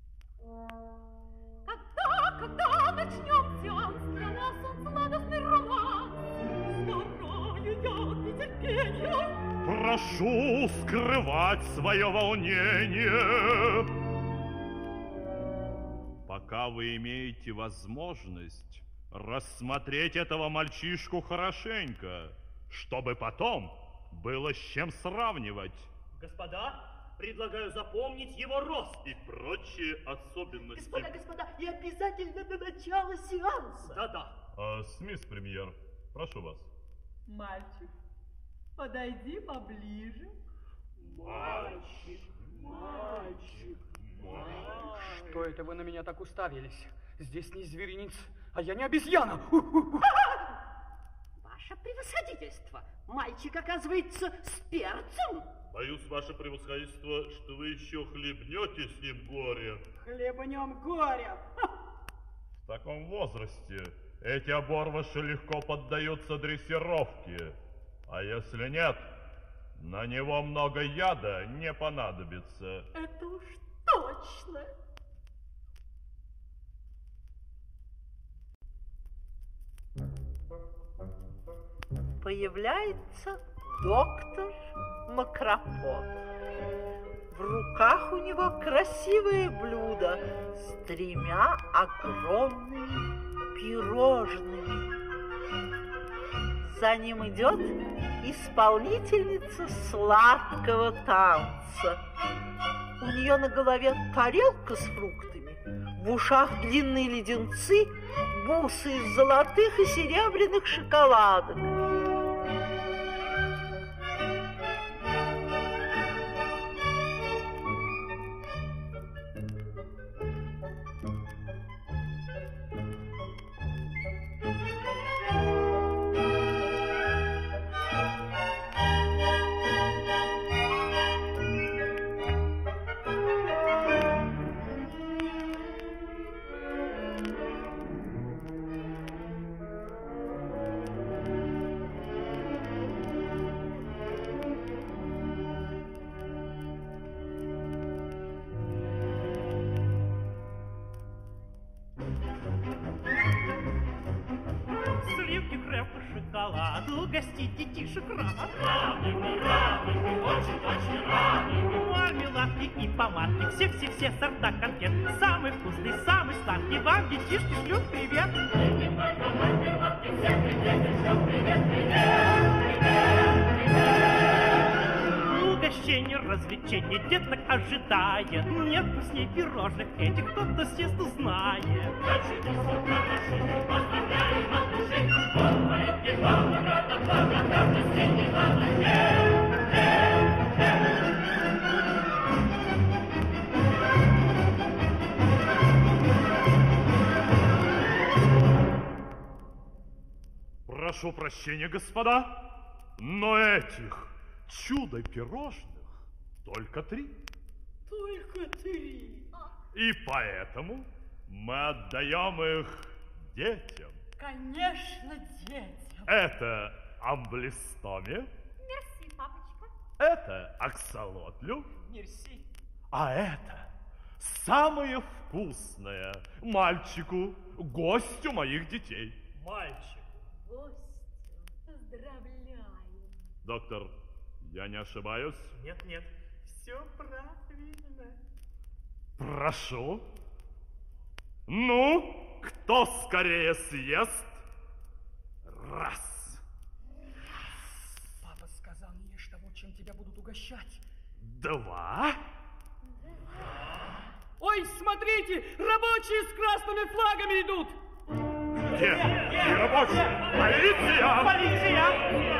Когда начнем сеанс, для нас он сладостный роман. Сгораю я от нетерпения. Прошу скрывать свое волнение. Пока вы имеете возможность рассмотреть этого мальчишку хорошенько, чтобы потом было с чем сравнивать. Господа, предлагаю запомнить его рост И прочие особенности. Господа, и обязательно до начала сеанса. Да-да. Смис премьер, прошу вас. Мальчик, подойди поближе. Мальчик. Что это вы на меня так уставились? Здесь не зверинец, а я не обезьяна. Ваше превосходительство, мальчик оказывается с перцем. Боюсь, ваше превосходительство, что вы еще хлебнете с ним горе. Хлебнем горя. В таком возрасте эти оборвыши легко поддаются дрессировке. А если нет, на него много яда не понадобится. Это уж точно. Появляется доктор Макропот. В руках у него красивое блюдо с 3 огромными пирожными. За ним идет исполнительница сладкого танца. У нее на голове тарелка с фруктами, в ушах длинные леденцы, бусы из золотых и серебряных шоколадок. Угостить детишек рано. Рады мы, очень рады. Мармеладки и помадки, все сорта конфет. Самый вкусный, самый сладкий, вам детишки шлют привет. Мармеладки, всем привет, Угощение, развлечение деток ожидает. Нет вкусней пирожных этих, кто-то съест, узнает. Поздравляем от души, вот маленький мама, рада, благодарности не надо. Прошу прощения, господа, но этих чудо-пирожных только 3. Только 3. И поэтому Мы отдаем их детям. Конечно, детям. Это Амблистоме. Мерси, папочка. Это аксолотлю. Мерси. А это самое вкусное мальчику, гостю моих детей. Мальчик. Гостю, поздравляю. Доктор, я не ошибаюсь? Нет, нет, все правильно. Прошу. Ну, кто скорее съест? Раз. Папа сказал, не ешь того, чем тебя будут угощать. Два. Ой, смотрите, рабочие с красными флагами идут. Где? Где рабочие? Полиция!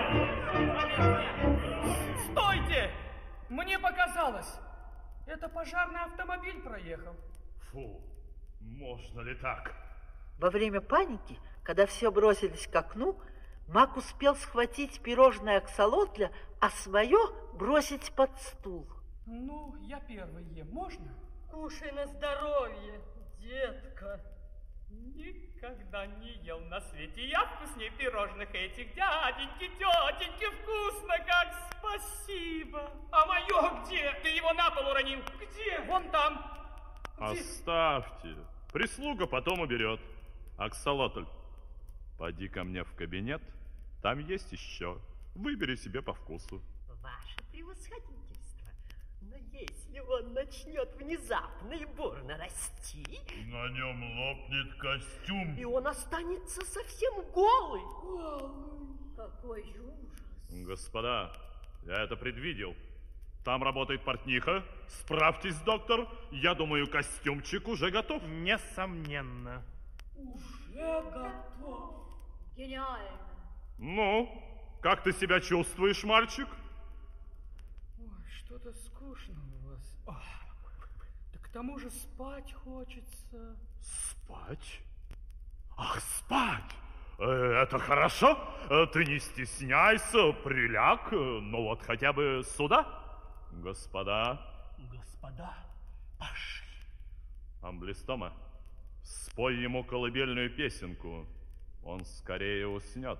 Полиция! Стойте! Мне показалось. Это пожарный автомобиль проехал. Фу, можно ли так? Во время паники, когда все бросились к окну, Мак успел схватить пирожное аксолотля, а свое бросить под стул. Ну, я первый ем, можно? Кушай на здоровье, детка. Никогда не ел на свете я вкуснее пирожных этих. Дяденьки, тетеньки, вкусно как, спасибо. А мое где? Ты его на пол уронил. Где? Вон там. Где? Оставьте. Прислуга потом уберет. Аксолотль, поди ко мне в кабинет. Там есть еще. Выбери себе по вкусу. Ваше превосходительство, но если он начнет внезапно и бурно расти, На нем лопнет костюм. и он останется совсем голый. Какой ужас. Господа, я это предвидел. Там работает портниха. Справьтесь, доктор. Я думаю, костюмчик уже готов. Несомненно. Уже готов. Гениально. Ну, как ты себя чувствуешь, мальчик? Ой, что-то скучно у вас. Да к тому же спать хочется. Спать? Ах, спать! Это хорошо. Ты не стесняйся, приляг. Ну вот хотя бы сюда. Господа. Господа, пошли. Амблистома, спой ему колыбельную песенку. Он скорее уснет.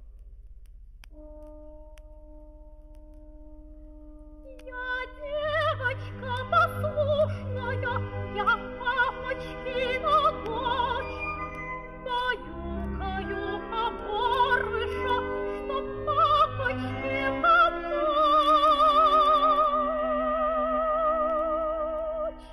Я девочка послушная, я папочкина дочь. Баюкаю оборвыша, чтоб папочке помочь.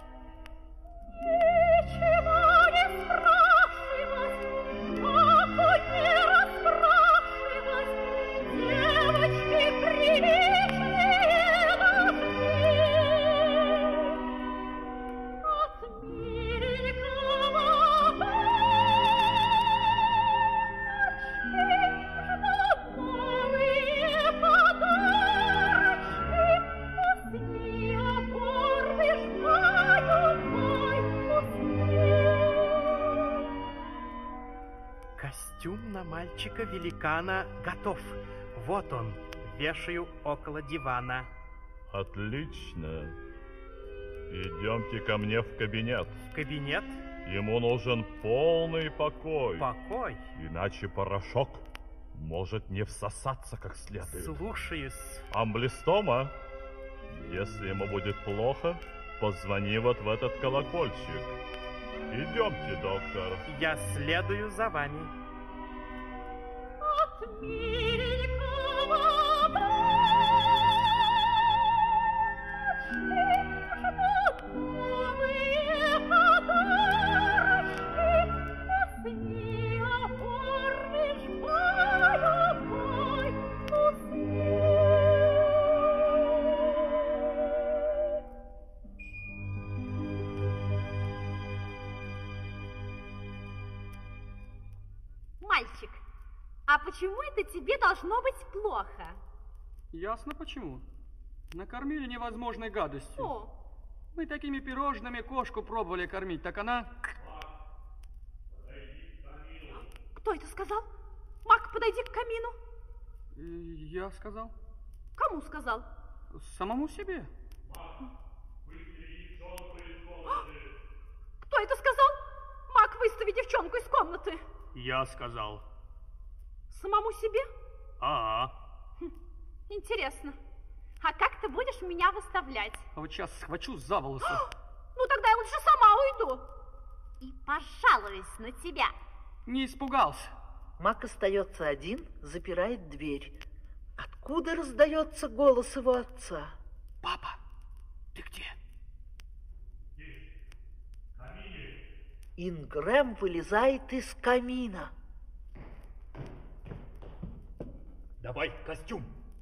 Ничего не спрашивать, папу не расспрашивать, девочки приличные нужны. От миленького новые подарочки, усни, оформишь мою мой, усни. Костюм на мальчика-великана готов. Вот он, вешаю около дивана. Отлично. Идемте ко мне в кабинет. В кабинет? Ему нужен полный покой. Покой. Иначе порошок может не всосаться как следует. Слушаюсь. Амблистома, если ему будет плохо, позвони вот в этот колокольчик. Идемте, доктор. Я следую за вами. От миленького дочки, новые подарочки, усни, оформишь мою мой, усни. Мальчик, а почему это тебе должно быть плохо? Ясно почему. Накормили невозможной гадостью. О, Мы такими пирожными кошку пробовали кормить, так она... кто это сказал? Мак, подойди к камину. Я сказал. Кому сказал? Самому себе. Кто это сказал? ты? Я сказал. Самому себе? А-а. Интересно. А как ты будешь меня выставлять? А вот сейчас схвачу за волосы. Ну тогда я лучше сама уйду. И пожалуюсь на тебя. Не испугался. Мак остается один, запирает дверь. Откуда раздается голос его отца? Папа, ты где? Ингрэм вылезает из камина. Давай костюм.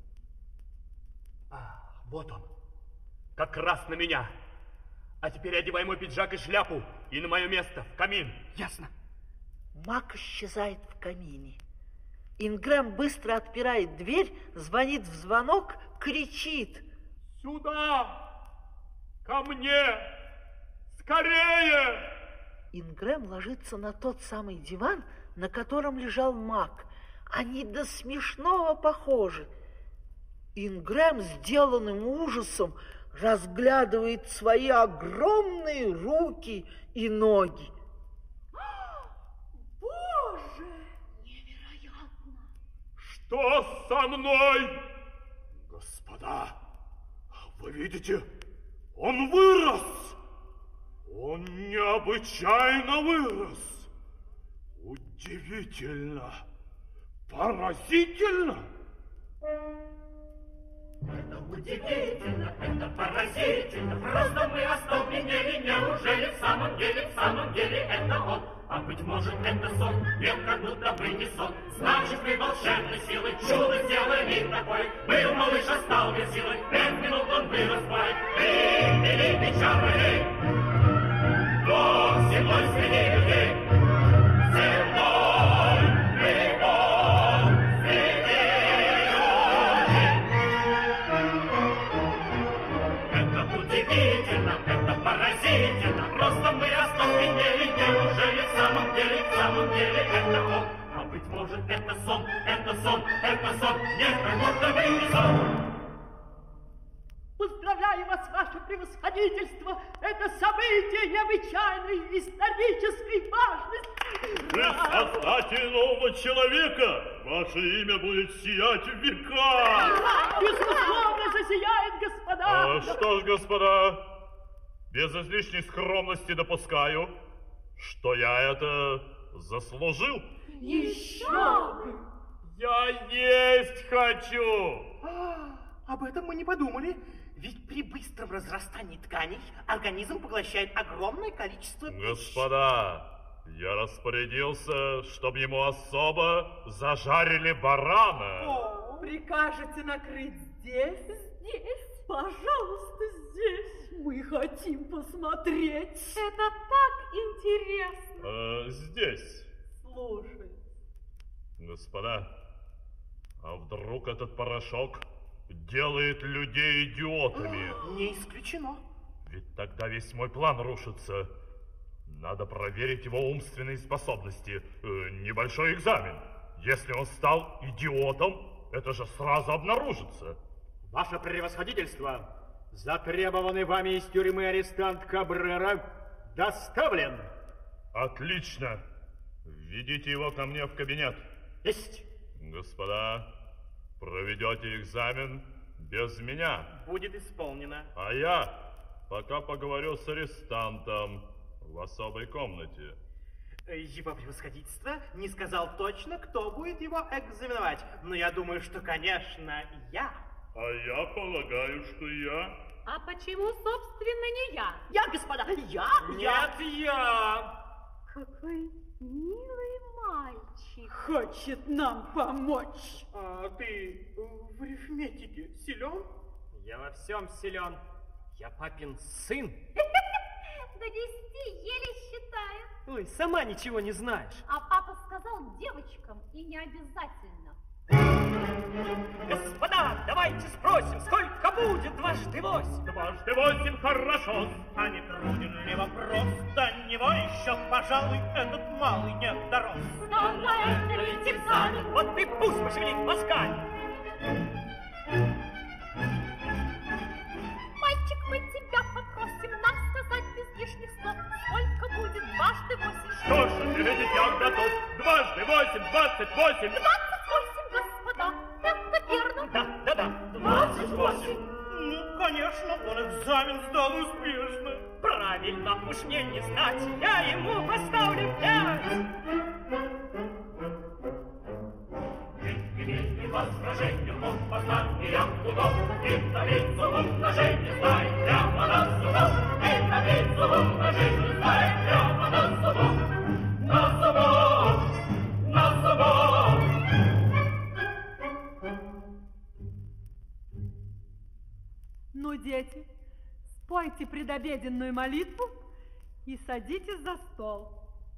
Вот он. Как раз на меня. А теперь одевай мой пиджак и шляпу. И на мое место, в камин. Ясно. Мак исчезает в камине. Ингрэм быстро отпирает дверь, звонит в звонок, кричит. Сюда! Ко мне! Скорее! Ингрэм ложится на тот самый диван, на котором лежал Мак. Они до смешного похожи. Ингрэм, сделанным ужасом, разглядывает свои огромные руки и ноги. Боже! Невероятно! Что со мной? Господа, вы видите, он вырос! Он необычайно вырос! Удивительно! Поразительно! Это удивительно, это поразительно. Просто мы остолбенели, неужели в самом деле это он? А быть может это сон, нет, как будто бы не сон. Значит, мы волшебной силой чудо сделали такое. Был малыш, а стал без силы, 5 минут он вырос бай. Эй, чародей, Бог земной среди людей. Земной прибор среди людей. Это удивительно, это поразительно. Просто мы остолбенели, неужели в самом деле это он? А быть может это сон, нет, как будто бы не сон. Поздравляю вас, ваше превосходительство! Это событие необычайной исторической важности! Вы создатель нового человека! Ваше имя будет сиять в века! Безусловно, засияет, господа! Что ж, господа, без излишней скромности допускаю, что я это заслужил. Еще бы! Я есть хочу! Об этом мы не подумали. Ведь при быстром разрастании тканей организм поглощает огромное количество пищи. Господа, я распорядился, чтобы ему особо зажарили барана. О, прикажете накрыть здесь? Здесь? Пожалуйста, здесь. Мы хотим посмотреть. Это так интересно. Здесь. Слушай. Господа, а вдруг этот порошок делает людей идиотами? Не исключено. Ведь тогда весь мой план рушится. Надо проверить его умственные способности. Небольшой экзамен. Если он стал идиотом, это же сразу обнаружится. Ваше превосходительство, затребованный вами из тюрьмы арестант Кабрера доставлен. Отлично. Введите его ко мне в кабинет. Есть. Господа, проведете экзамен без меня. Будет исполнено. А я пока поговорю с арестантом в особой комнате. Его превосходительство не сказал точно, кто будет его экзаменовать. Но я думаю, что, конечно, я. А я полагаю, что я. А почему, собственно, не я? Я, господа, я? Нет, я. Какой милый мальчик. Хочет нам помочь. А ты в арифметике силен? Я во всем силен. Я папин сын. До 10 еле считаю. Ой, сама ничего не знаешь. А папа сказал девочкам, и не обязательно. Господа, давайте спросим, сколько будет дважды 8? Дважды 8 хорошо. А не труден ли вопрос? До него еще, пожалуй, этот малый не дорос. Но на это ведь экзамен. Вот ты пусть пошевелит мозгами. Мальчик, мы тебя попросим нам сказать без лишних слов, сколько будет дважды 8. Что ж, дитя готов? 2 × 8 = 28. 28, господа, это верно. Да, 28. Ну, конечно, он экзамен сдал успешно. Правильно, уж мне не знать, я ему поставлю 5. И возражению он познания удов, и таблицу умножения знай прямо на зубов, и таблицу умножения знай прямо на зубов, на зубов, на зубов. Ну, дети, спойте предобеденную молитву и садитесь за стол.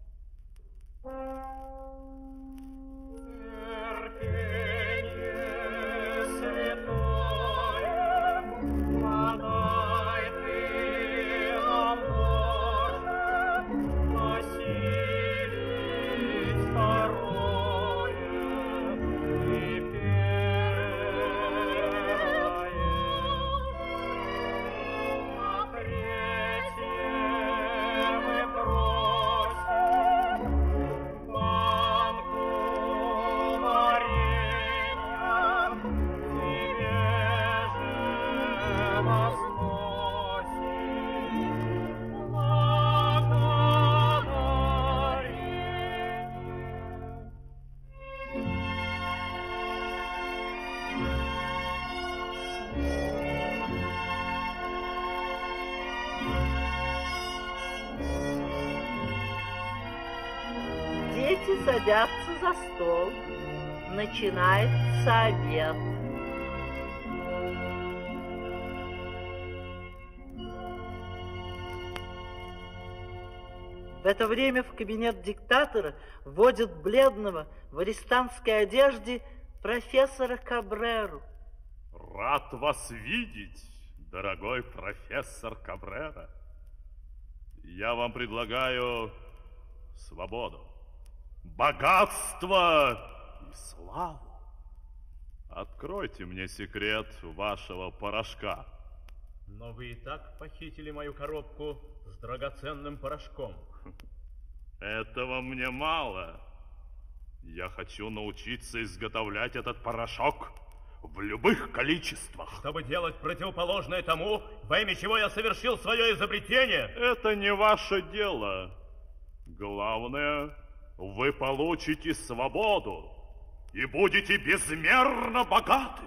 Дети садятся за стол. Начинается обед. В это время в кабинет диктатора вводят бледного в арестантской одежде профессора Кабреру. Рад вас видеть, дорогой профессор Кабрера. Я вам предлагаю свободу, богатство и славу. Откройте мне секрет вашего порошка. Но вы и так похитили мою коробку с драгоценным порошком. Этого мне мало. Я хочу научиться изготовлять этот порошок в любых количествах. Чтобы делать противоположное тому, во имя чего я совершил свое изобретение. Это не ваше дело. Главное, вы получите свободу и будете безмерно богаты.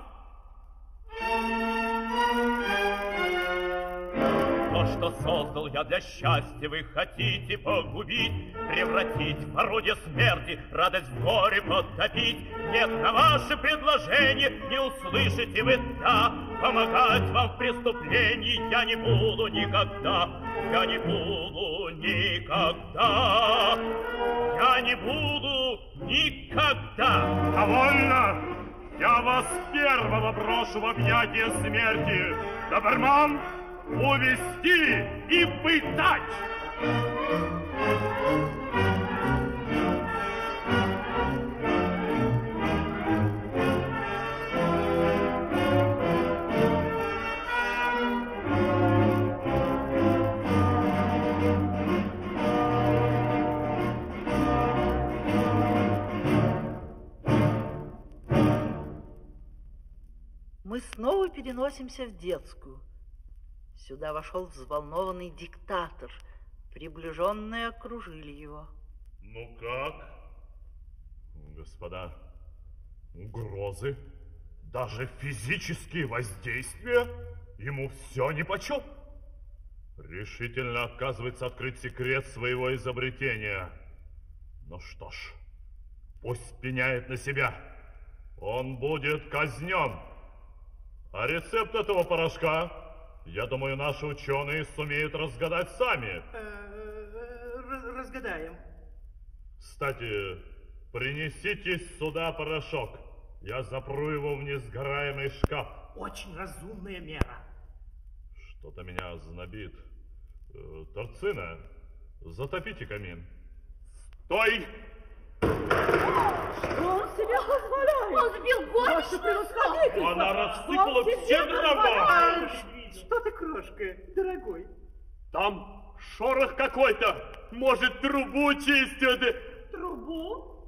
То, что создал я для счастья, вы хотите погубить, превратить в орудие смерти, радость в горе потопить. Нет, на ваше предложение не услышите вы «да». Помогать вам в преступлении я не буду никогда. Я не буду никогда. Я не буду никогда. Довольно! Я вас первого брошу в объятия смерти. Доберман, увести и пытать! Мы снова переносимся в детскую. Сюда вошел взволнованный диктатор. Приближенные окружили его. Ну как? Господа, угрозы, даже физические воздействия, ему все нипочем. Решительно отказывается открыть секрет своего изобретения. Ну что ж, пусть пеняет на себя. Он будет казнен. А рецепт этого порошка, я думаю, наши ученые сумеют разгадать сами. Разгадаем. Кстати, принесите сюда порошок. Я запру его в несгораемый шкаф. Очень разумная мера. Что-то меня знобит. Торцина, затопите камин. Стой! Что он себе позволяет? Он сбил горничную. Она рассыпала все дрова. Что ты, крошка, дорогой? Там шорох какой-то. Может, трубу чистят? Трубу?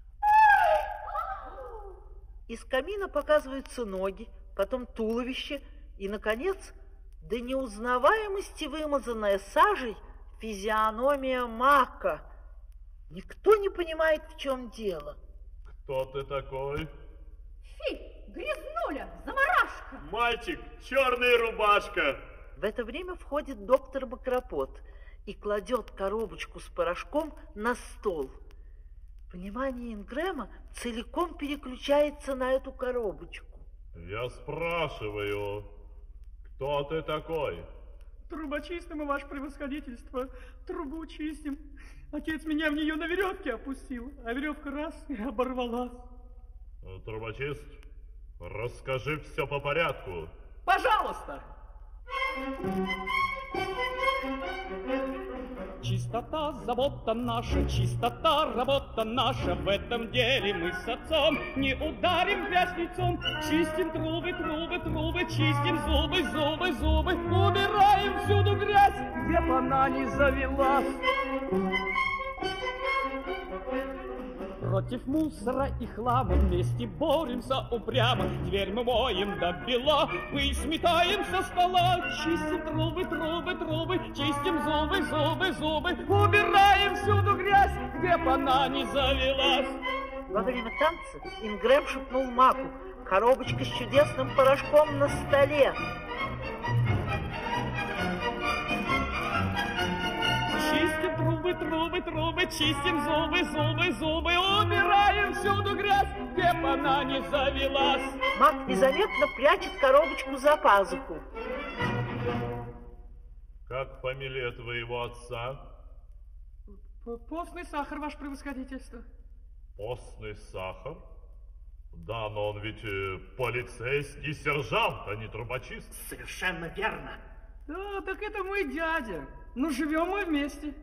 Из камина показываются ноги, потом туловище и, наконец, до неузнаваемости вымазанная сажей физиономия Мака. Никто не понимает, в чем дело. Кто ты такой? Фи, грязнуля, заморашка. Мальчик, черная рубашка. В это время входит доктор Макропот и кладет коробочку с порошком на стол. Внимание Ингрэма целиком переключается на эту коробочку. Я спрашиваю, кто ты такой? Трубочистим, и ваше превосходительство. Трубу чистим. Отец меня в нее на веревке опустил, а веревка раз и оборвалась. Трубочист, расскажи все по порядку. Пожалуйста! Чистота, забота наша, чистота, работа наша. В этом деле мы с отцом не ударим грязь лицом. Чистим трубы, трубы, трубы, чистим зубы, зубы, зубы. Убираем всюду грязь, где бы она ни завелась. Против мусора и хлама вместе боремся упрямо. Дверь мы моем до бела, мы сметаем со стола. Чистим трубы, трубы, трубы, чистим зубы, зубы, зубы. Убираем всюду грязь, где бы она ни завелась. Во время танца Ингрэм шепнул Маку: коробочка с чудесным порошком на столе. Чистим трубы, трубы, трубы, чистим зубы, зубы, зубы. Убираем всюду грязь, где бы она ни завелась. Мак незаметно прячет коробочку за пазуху. Как фамилия твоего отца? Постный сахар, ваше превосходительство. Постный сахар? Да, но он ведь полицейский сержант, а не трубочист. Совершенно верно. Да, так это мой дядя. Ну, живем мы вместе.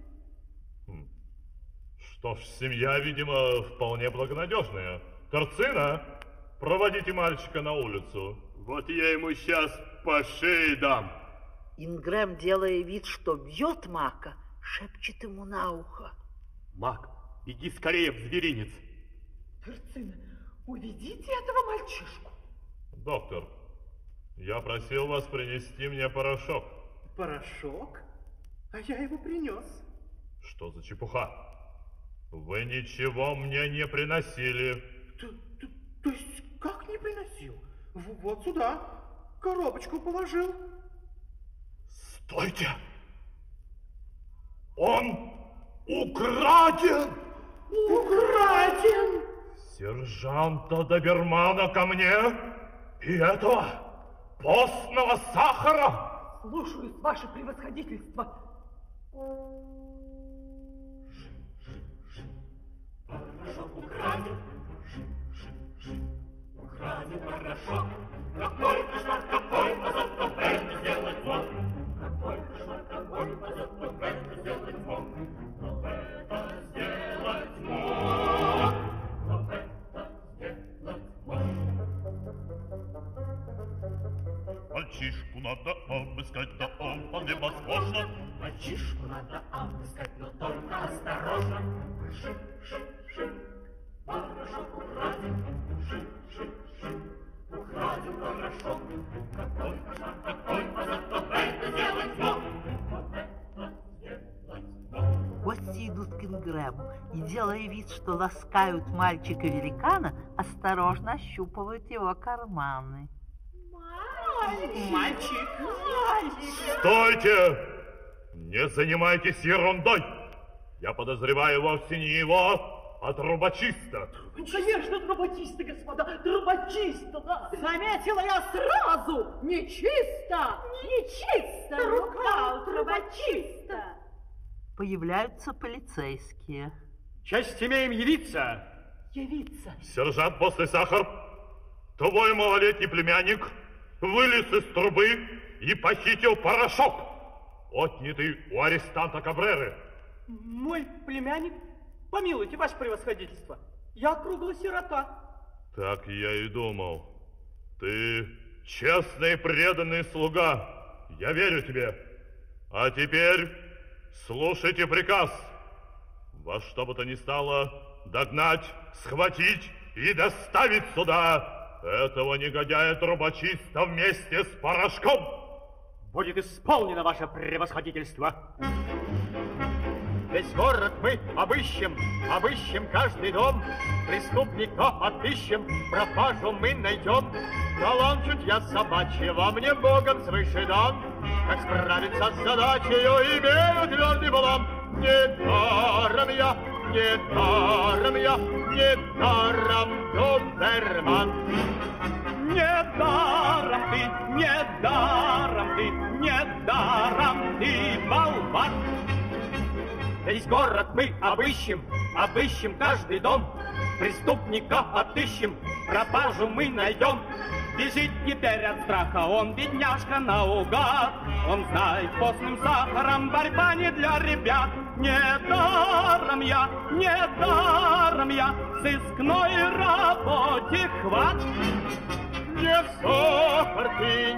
Что ж, семья, видимо, вполне благонадежная. Торцина, проводите мальчика на улицу. Вот я ему сейчас по шее дам. Ингрэм, делая вид, что бьет Мака, шепчет ему на ухо: Мак, иди скорее в зверинец. Торцина, уведите этого мальчишку. Доктор, я просил вас принести мне порошок. Порошок? А я его принес. Что за чепуха? Вы ничего мне не приносили. То есть как не приносил? Вот сюда коробочку положил. Стойте! Он украден! Украден! Сержанта добермана ко мне и этого постного сахара! Слушаюсь, ваше превосходительство. Порошок украден, украден порошок. Какой кошмар, какой позор, кто это сделать мог? Какой кошмар, какой позор, кто это сделать мог? Кто это сделать мог? Кто это сделать мог? Мальчишку надо обыскать, да он вполне возможно. Мальчишку надо обыскать, но только осторожно. Шип, порошок украден. Шип, украден порошок. Какой кошмар, какой позор, кто это делать мог? Кто это сделать мог? Гости идут к Ингрэму и, делая вид, что ласкают мальчика-великана, осторожно ощупывают его карманы. Мальчик! Стойте! Не занимайтесь ерундой! Я подозреваю вовсе не его, а трубочиста. Конечно, трубочиста, господа, трубочиста, да. Заметила я сразу. Нечисто, нечисто, рука у трубочиста. Появляются полицейские. Честь имеем явиться. Явиться. Сержант Постный сахар, твой малолетний племянник вылез из трубы и похитил порошок, отнятый у арестанта Кабреры. Мой племянник? Помилуйте, ваше превосходительство. Я круглая сирота. Так я и думал. Ты честный и преданный слуга. Я верю тебе. А теперь слушайте приказ. Во что бы то ни стало догнать, схватить и доставить сюда этого негодяя-трубочиста вместе с Порошком. Будет исполнено, ваше превосходительство. Весь город мы обыщем, обыщем каждый дом, преступников отыщем, пропажу мы найдем. Талант чутья собачьего мне Богом свыше дан, как справиться с задачей, имею твердый план. Недаром я, недаром я, недаром доберман. Недаром ты, недаром ты, недаром ты болван. Весь город мы обыщем, обыщем каждый дом, преступника отыщем, пропажу мы найдем. Бежит теперь от страха он, бедняжка, наугад. Он знает, постным сахаром борьба не для ребят. Недаром я, сыскной работе хват. Не сахар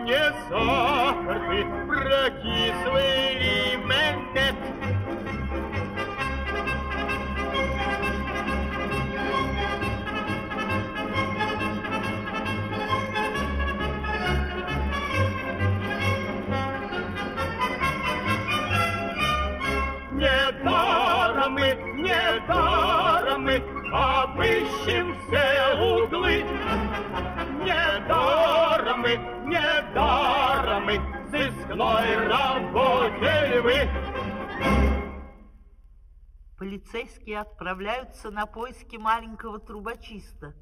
ты, прокислый ментет. Недаром мы обыщем все углы. Недаром мы, сыскной работе вы. Полицейские отправляются на поиски маленького трубочиста.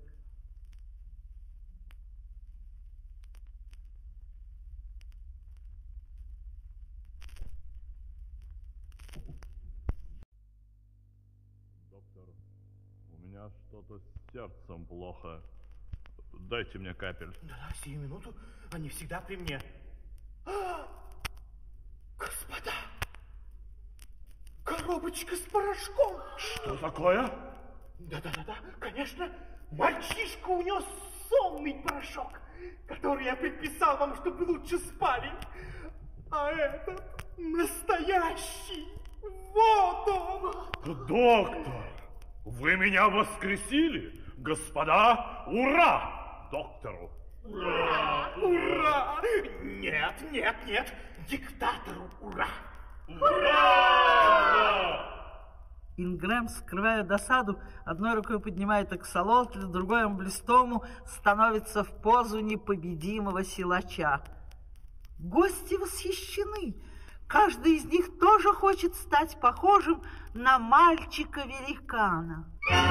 Что-то с сердцем плохо. Дайте мне капель. Да, сию минуту. Они всегда при мне. Господа! Коробочка с порошком! Что такое? Да, конечно. Мальчишка унес сонный порошок, который я предписал вам, чтобы лучше спали. А этот настоящий. Вот он! Доктор! Вы меня воскресили? Господа, ура! Доктору! Ура! Ура! Нет! Диктатору ура! Ура! Ингрэм, скрывая досаду, одной рукой поднимает аксолотля, другой амблистому становится в позу непобедимого силача. Гости восхищены. Каждый из них тоже хочет стать похожим на мальчика-великана.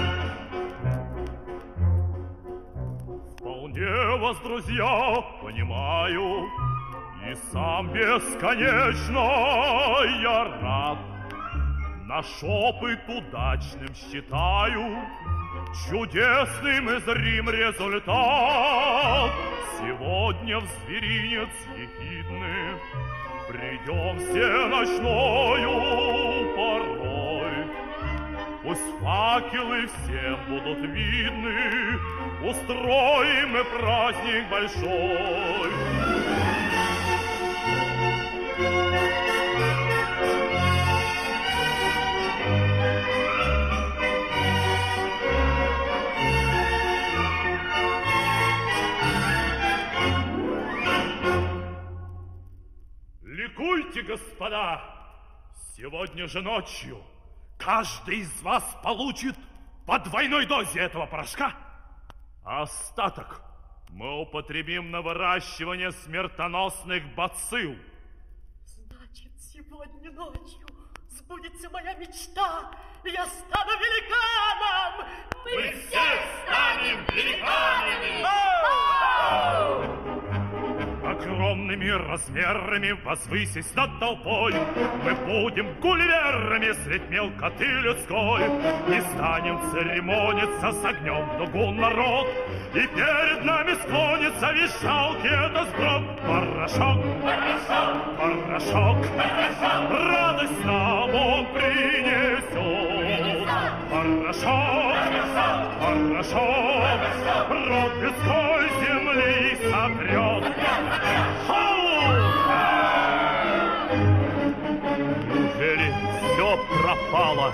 Вполне вас, друзья, понимаю, и сам бесконечно я рад. Наш опыт удачным считаю, чудесным и зрим результат. Сегодня в зверинец ехидный придем все ночною порой. Пусть факелы всем будут видны, устроим мы праздник большой. Ликуйте, господа! Сегодня же ночью каждый из вас получит по двойной дозе этого порошка, а остаток мы употребим на выращивание смертоносных бацилл. Значит, сегодня ночью сбудется моя мечта, и я стану великаном! Мы все станем великанами! Огромными размерами возвысясь над толпой, мы будем гулливерами средь мелкоты людской. Не станем церемониться с огнем в дугу народ, и перед нами склонится вещалки это сброд. Порошок, порошок, порошок, радость нам он принесет. Порошок, порошок, род людской земли сотрет. Неужели Снова.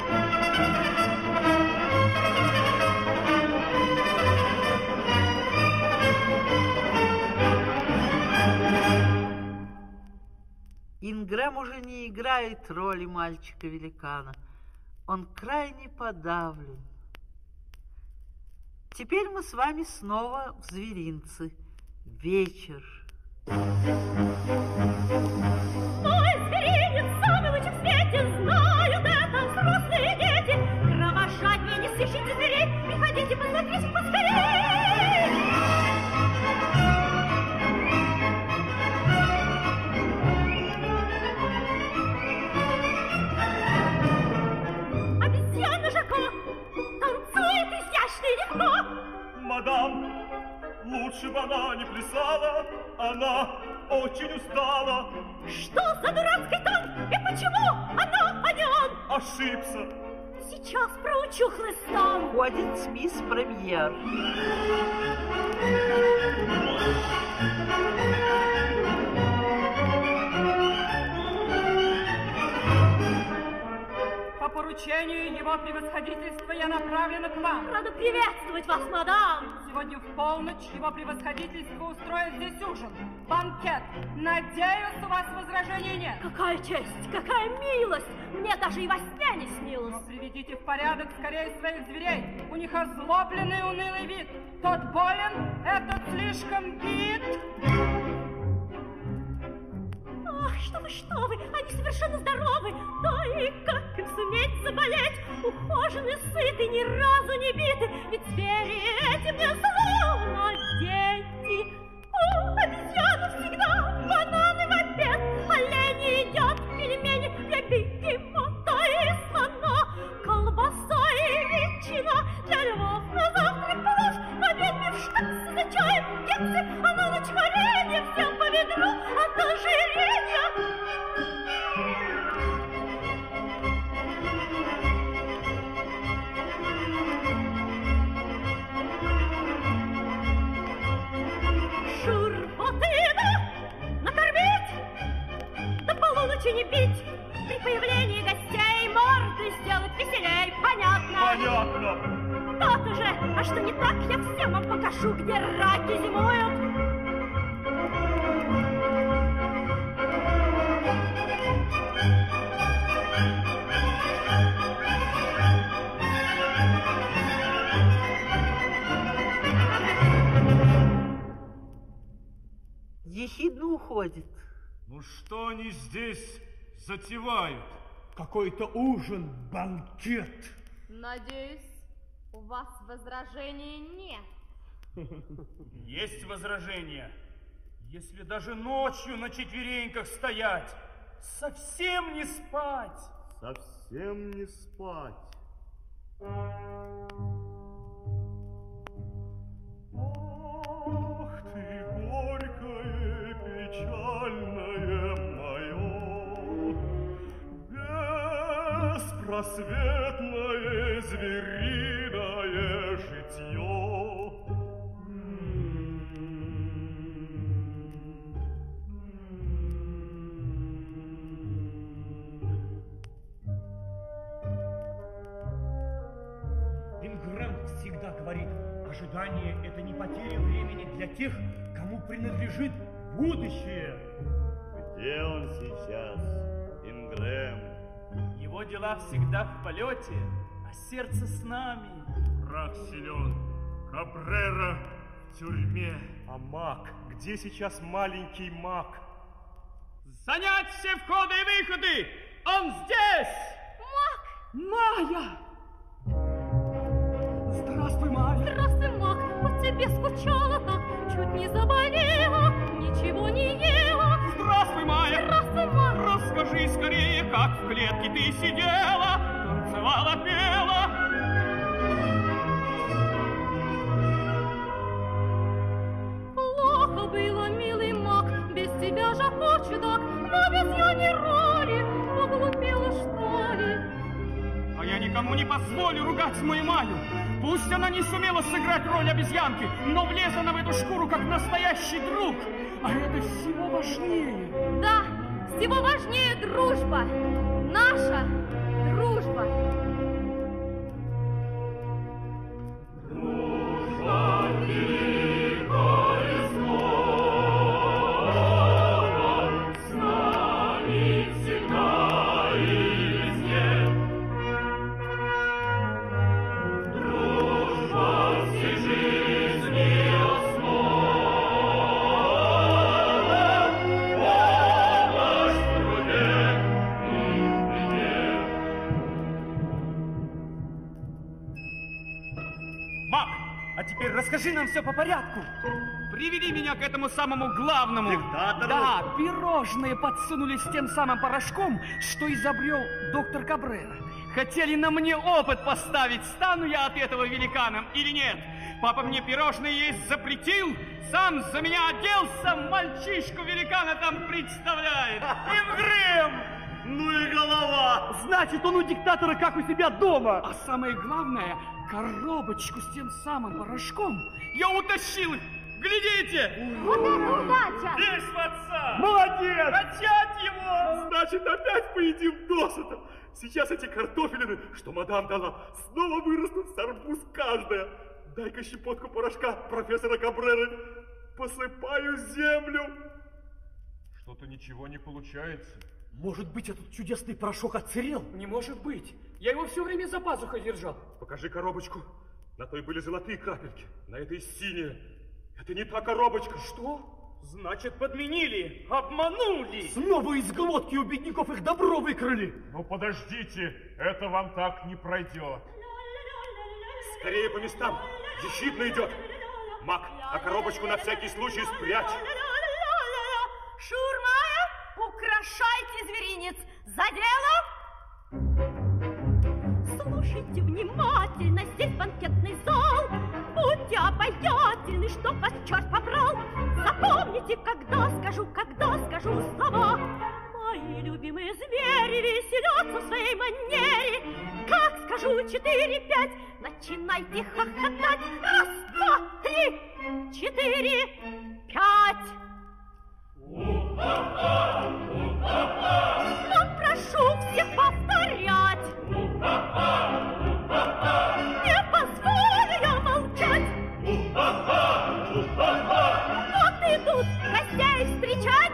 Ингрэм уже не играет роли мальчика-великана. Он крайне подавлен. Теперь мы с вами снова в зверинце. Вечер. Ой, зверинец, самый лучший в свете, знают это взрослые дети. Кровожаднее не сыщите зверей, приходите, посмотрите поскорее. Обезьяна Жако танцует изящно и легко. Мадам, лучше бы она не плясала, она очень устала. Что за дурацкий тон? И почему она, а не он? Ошибся. Сейчас проучу хлыстом. Ходит мисс Премьер. По поручению его превосходительства я направлена к вам. Рада приветствовать вас, мадам. Сегодня в полночь его превосходительство устроит здесь ужин. Банкет. Надеюсь, у вас возражений нет. Какая честь, какая милость. Мне даже и во сне не снилось. Но приведите в порядок скорее своих зверей. У них озлобленный унылый вид. Тот болен, этот слишком бит. Ах, что вы, они совершенно здоровы. Да и как им суметь заболеть? Ухожены, сыты, ни разу не биты. Ведь звери эти мне словно дети. О, обезьяна всегда бананы в обед. Олени едят пельмени для бегемота и слона. Колбаса и ветчина для львов. На завтрак палаш, на обед бифштекс за чаем кексы, а на ночь варенье всем по ведру от ожирения. Шур, вот и да, накормить, до полуночи не пить. При появлении гостей морды сделать веселей, понятно? Понятно. То-то же, а что не так, я всем вам покажу, где раки зимуют. Ехидно уходит. Ну что они здесь затевают? Какой-то ужин, банкет. Надеюсь, у вас возражений нет. Есть возражения. Если даже ночью на четвереньках стоять, совсем не спать. Совсем не спать. Ах ты, горькое, печальное мое, беспросветное звериное житье. Ингрэм всегда говорит, ожидание — это не потеря времени для тех, кому принадлежит будущее. Где он сейчас, Ингрэм? Его дела всегда в полете, а сердце с нами. Враг силен, Кабрера в тюрьме. А маг? Где сейчас маленький маг? Занять все входы и выходы! Он здесь! Мак! Майя! Здравствуй, Майя! Здравствуй, Мак! По тебе скучала так, чуть не заболела, ничего не ела. Здравствуй, Майя! Здравствуй, Мак! Расскажи скорее, как в клетке ты сидела, танцевала, пела. Плохо было, милый Мак, без тебя Жако чудак, но без я не роли, поглупела, что ли? А я никому не позволю ругать мою Майю. Пусть она не сумела сыграть роль обезьянки, но влезла она в эту шкуру как настоящий друг. А это всего важнее. Да, всего важнее дружба. Наша дружба. Мак, а теперь расскажи нам все по порядку. Привели меня к этому самому главному. Диктатору? Да, пирожные подсунули с тем самым порошком, что изобрел доктор Кабрера. Хотели на мне опыт поставить, стану я от этого великаном или нет. Папа мне пирожные есть запретил, сам за меня оделся, мальчишку-великана там представляет. Ингрэм! Ну и голова! Значит, он у диктатора как у себя дома. А самое главное, коробочку с тем самым порошком я утащил. Глядите! Вот это удача! Есть в отца! Молодец! Качать его! Значит, опять поедим досыта. Сейчас эти картофелины, что мадам дала, снова вырастут с арбуз каждая. Дай-ка щепотку порошка профессора Кабреры. Посыпаю землю. Что-то ничего не получается. Может быть, этот чудесный порошок отсырел? Не может быть. Я его все время за пазухой держал. Покажи коробочку. На той были золотые капельки, на этой синие. Это не та коробочка. Что? Значит, подменили, обманули. Снова из глотки у бедняков их добро выкрали. Ну, подождите, это вам так не пройдет. Скорее по местам, ехидно идет. Мак, а коробочку на всякий случай спрячь. Шурма, украшайте зверинец. За дело! Слушайте внимательно, здесь банкетный зал. Будьте обаятельны, чтоб вас черт побрал. Запомните, когда скажу слова. Мои любимые звери веселятся в своей манере. Как скажу 4-5, начинайте хохотать. 1, 2, 3, 4, 5. Но прошу всех повторять. Не позволю я молчать. Вот идут гостей встречать.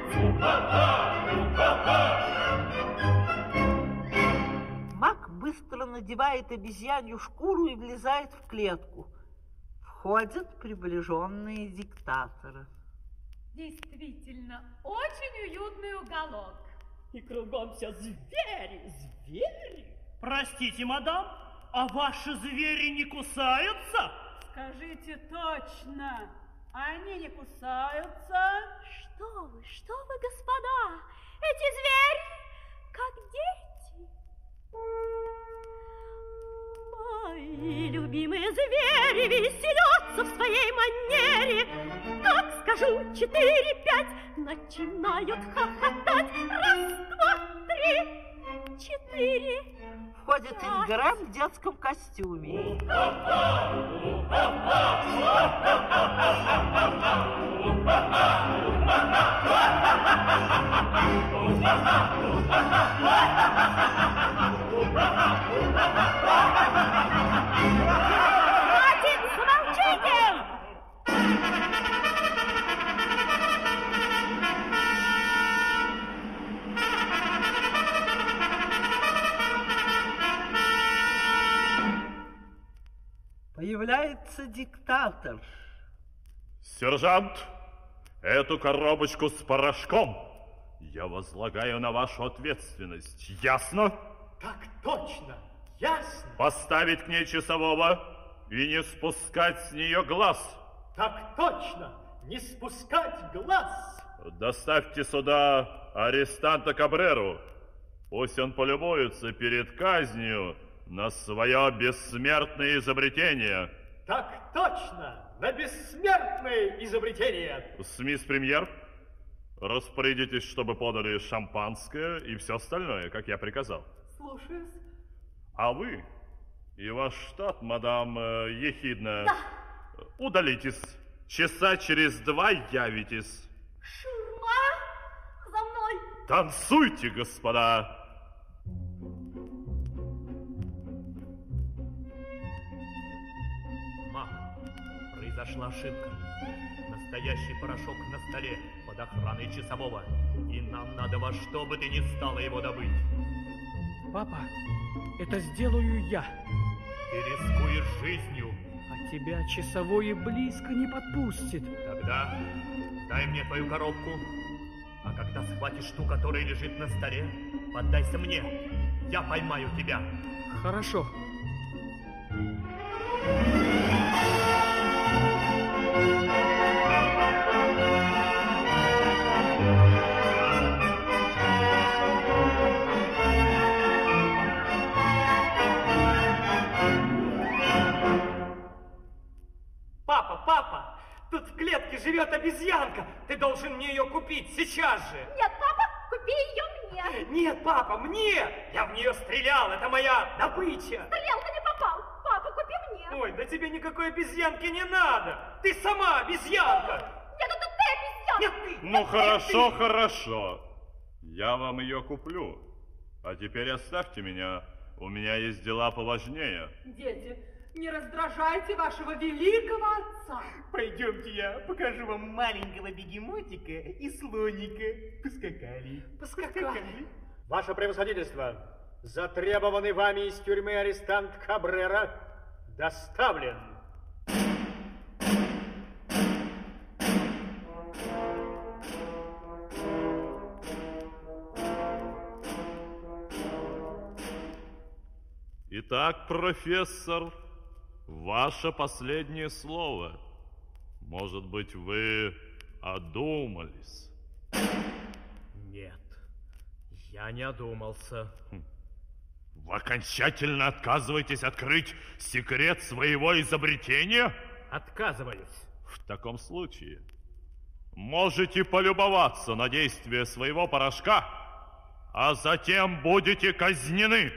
Мак быстро надевает обезьянью шкуру и влезает в клетку. Входят приближенные диктатора. Действительно, очень уютный уголок. И кругом все звери, звери. Простите, мадам, а ваши звери не кусаются? Скажите точно, они не кусаются? Что вы, господа? Эти звери, как дети. Мои любимые звери веселятся в своей манере. Как скажу 4-5, начинают хохотать. 1, 2, 3, 4. Входит Ингрэм в детском костюме. Хватит, замолчите! Появляется диктатор. Сержант, эту коробочку с порошком я возлагаю на вашу ответственность. Ясно? Так точно, ясно. Поставить к ней часового и не спускать с нее глаз. Так точно, не спускать глаз. Доставьте сюда арестанта Кабреру. Пусть он полюбуется перед казнью на свое бессмертное изобретение. Так точно, на бессмертное изобретение. Мисс Премьер, распорядитесь, чтобы подали шампанское и все остальное, как я приказал. Слушаюсь. А вы и ваш штат, мадам Ехидна, да. Удалитесь. Часа через 2 явитесь. Шурма, за мной. Танцуйте, господа. Мак, произошла ошибка. Настоящий порошок на столе под охраной часового. И нам надо во что бы ты ни стало его добыть. Папа, это сделаю я. Ты рискуешь жизнью. А тебя часовой и близко не подпустит. Тогда дай мне твою коробку. А когда схватишь ту, которая лежит на столе, поддайся мне. Я поймаю тебя. Хорошо. Папа, тут в клетке живет обезьянка. Ты должен мне ее купить сейчас же. Нет, папа, купи ее мне. Нет, папа, мне. Я в нее стрелял, это моя добыча. Стрелял, ты не попал. Папа, купи мне. Ой, да тебе никакой обезьянки не надо. Ты сама обезьянка. Нет, это ты обезьянка. Нет, ты. Ну хорошо, хорошо. Я вам ее куплю. А теперь оставьте меня. У меня есть дела поважнее. Дети, не раздражайте вашего великого отца. Пойдемте, я покажу вам маленького бегемотика и слоника. Поскакали. Ваше превосходительство, затребованный вами из тюрьмы арестант Кабрера доставлен. Итак, профессор, ваше последнее слово. Может быть, вы одумались? Нет, я не одумался. Вы окончательно отказываетесь открыть секрет своего изобретения? Отказываюсь. В таком случае можете полюбоваться на действие своего порошка, а затем будете казнены.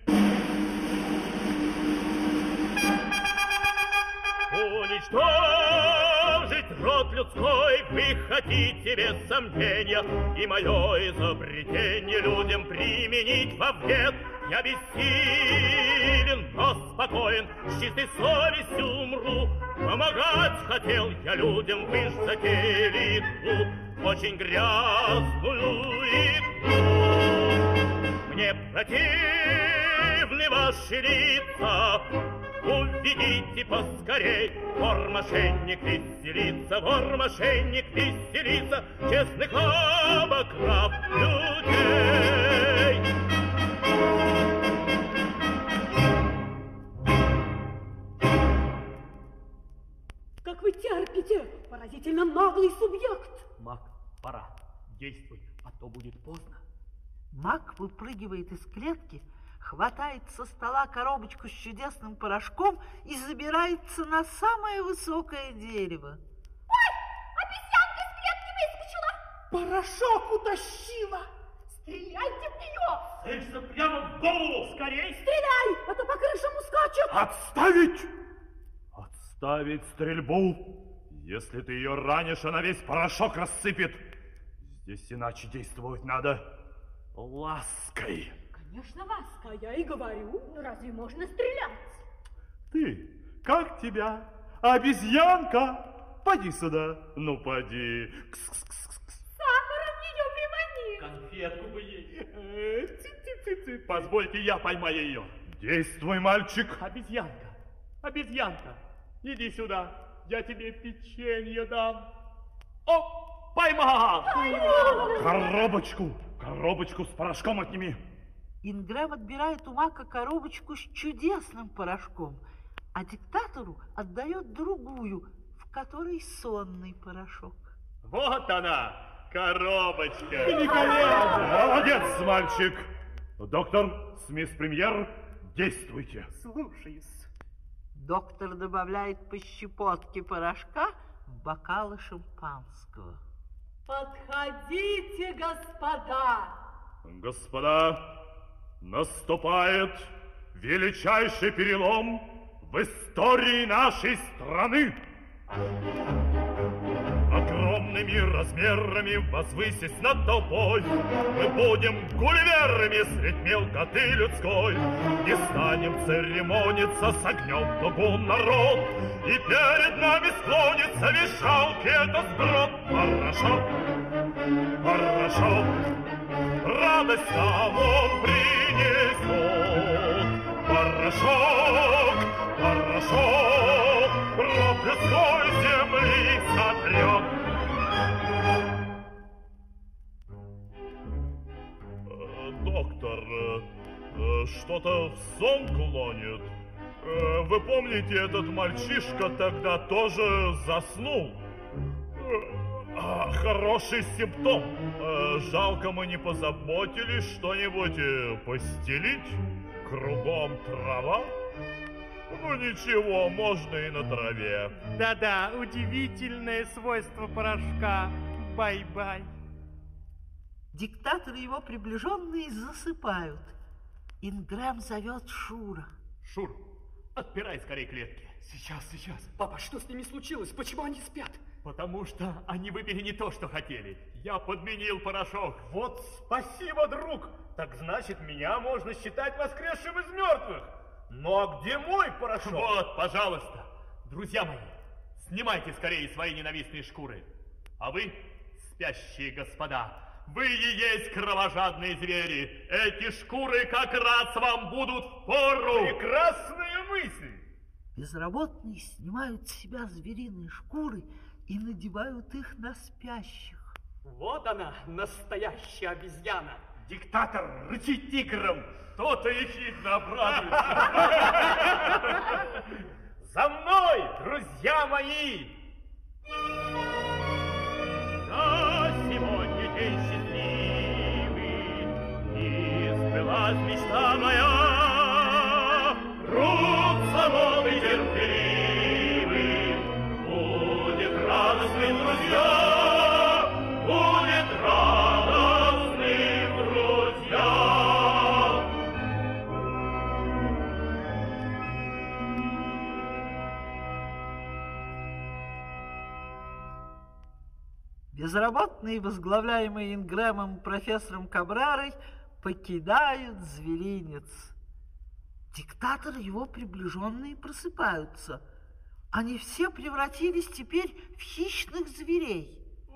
Уничтожить род людской вы хотите без сомнения, и мое изобретение людям применить во вред. Я бессилен, но спокоен, с чистой совестью умру. Помогать хотел я людям, вы ж затеяли игру, очень грязную игру. Мне противны ваши лица, уведите поскорей. Вор-мошенник веселится, вор-мошенник веселится, честных обокрав людей. Как вы терпите? Поразительно наглый субъект. Мак, пора. Действуй, а то будет поздно. Мак выпрыгивает из клетки, хватает со стола коробочку с чудесным порошком и забирается на самое высокое дерево. Ой, обезьянка из клетки выскочила. Порошок утащила. Стреляйте в нее. Целься прямо в голову. Скорей. Стреляй, а то по крышам ускачет. Отставить! Отставить стрельбу! Если ты ее ранишь, она весь порошок рассыпет. Здесь иначе действовать надо лаской. Конечно, ласка, я и говорю. Ну разве можно стрелять? Ты, как тебя? Обезьянка? Поди сюда. Ну, поди. Сахаром ее примани. Конфетку бы ей. Позвольте, я поймаю ее. Действуй, мальчик. Обезьянка, обезьянка, иди сюда. Я тебе печенье дам. О, поймал! Коробочку с порошком отними. Ингрэм отбирает у Мака коробочку с чудесным порошком, а диктатору отдает другую, в которой сонный порошок. Вот она, коробочка. Великолепно! Молодец, мальчик. Доктор, мисс Премьер, действуйте. Слушаюсь. Доктор добавляет по щепотке порошка в бокалы шампанского. Подходите, господа. Господа, наступает величайший перелом в истории нашей страны. Огромными размерами возвысясь над толпой, мы будем гулливерами средь мелкоты людской. Не станем церемониться с огнем в дугу народ, и перед нами склонится весь жалкий этот сброд. Порошок, порошок, радость нам он принесет. Порошок, порошок, раб людской земли сотрет. Доктор, что-то в сон клонит. Вы помните, этот мальчишка тогда тоже заснул? Хороший симптом. Жалко, мы не позаботились что-нибудь постелить. Кругом трава. Ну ничего, можно и на траве. Да-да, удивительное свойство порошка. Бай-бай. Диктатор и его приближенные засыпают. Ингрэм зовет Шура. Шур, отпирай скорее клетки. Сейчас. Папа, что с ними случилось? Почему они спят? Потому что они выпили не то, что хотели. Я подменил порошок. Вот спасибо, друг. Так значит, меня можно считать воскресшим из мертвых. Ну а где мой порошок? Вот, пожалуйста. Друзья мои, снимайте скорее свои ненавистные шкуры. А вы, спящие господа, вы и есть кровожадные звери. Эти шкуры как раз вам будут впору. Прекрасная мысль. Безработные снимают с себя звериные шкуры и надевают их на спящих. Вот она, настоящая обезьяна. Диктатор рычит тигром. То-то ехидно обрадуется. За мной, друзья мои! Да, сегодня день счастливый, и сбылась мечта моя. Труд свободы терпеливый будет радостным, друзья, будет радостным, друзья. Безработные, возглавляемые Ингрэмом и профессором Кабрерой, покидают зверинец. Диктатор и его приближенные просыпаются. Они все превратились теперь в хищных зверей.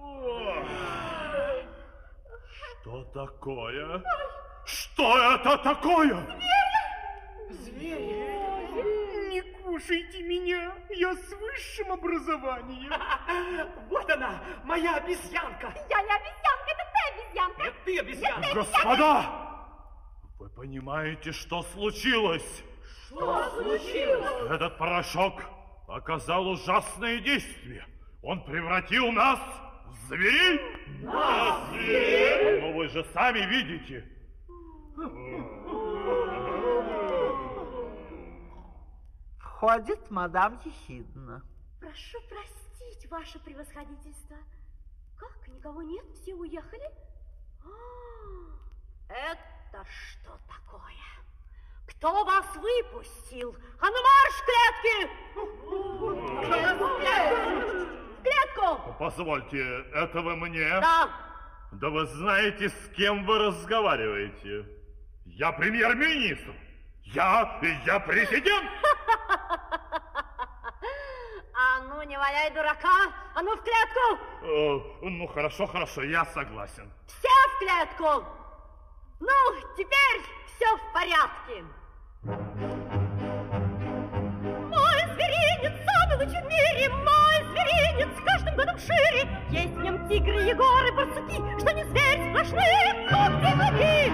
Что такое? Что это такое? Звери! Не кушайте меня, я с высшим образованием. Вот она, моя обезьянка. Я не обезьянка, это ты обезьянка. Нет, ты обезьянка. Господа, вы понимаете, что случилось? Что случилось? Этот порошок оказал ужасное действие. Он превратил нас в зверей. Нас в зверей? Ну вы же сами видите. Входит мадам Ехидна. Прошу простить, ваше превосходительство. Как, никого нет? Все уехали? Это что такое? Кто вас выпустил? А ну марш в клетки! В клетку! Позвольте, это вы мне? Да. Да вы знаете, с кем вы разговариваете? Я премьер-министр. Я президент. А ну, не валяй дурака! А ну, в клетку! Ну, хорошо, я согласен. Все в клетку! Ну, теперь все в порядке. Мой зверинец самый лучший в мире, мой зверинец с каждым годом шире. Есть в нем тигры, егоры, барсуки, что не зверь, сплошные когти-клыки.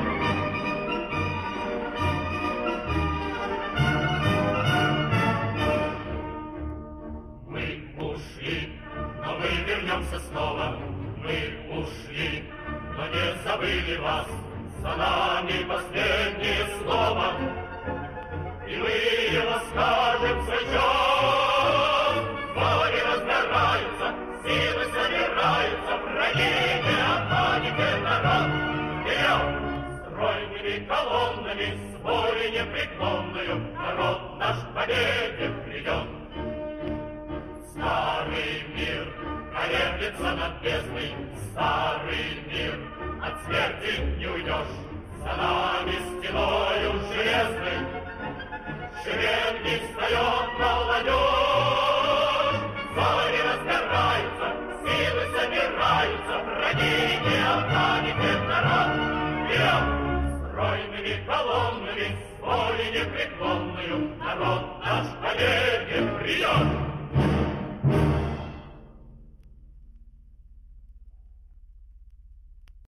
Но мы вернемся снова, мы ушли, но не забыли вас, за нами последнее слово, и мы его скажем сейчас. Боги разгораются, силы собираются, враги не обманете народ. Вперед! Стройными колоннами, с волей непреклонною, народ наш к победе придет. Старый мир колеблется над бездной, старый мир, от смерти не уйдешь. За нами стеною железной шеренги встает молодежь. Зори разгораются, силы собираются, враги не обманете народ. Вперед! Стройными колоннами, с волей непреклонною, народ наш к победе придет.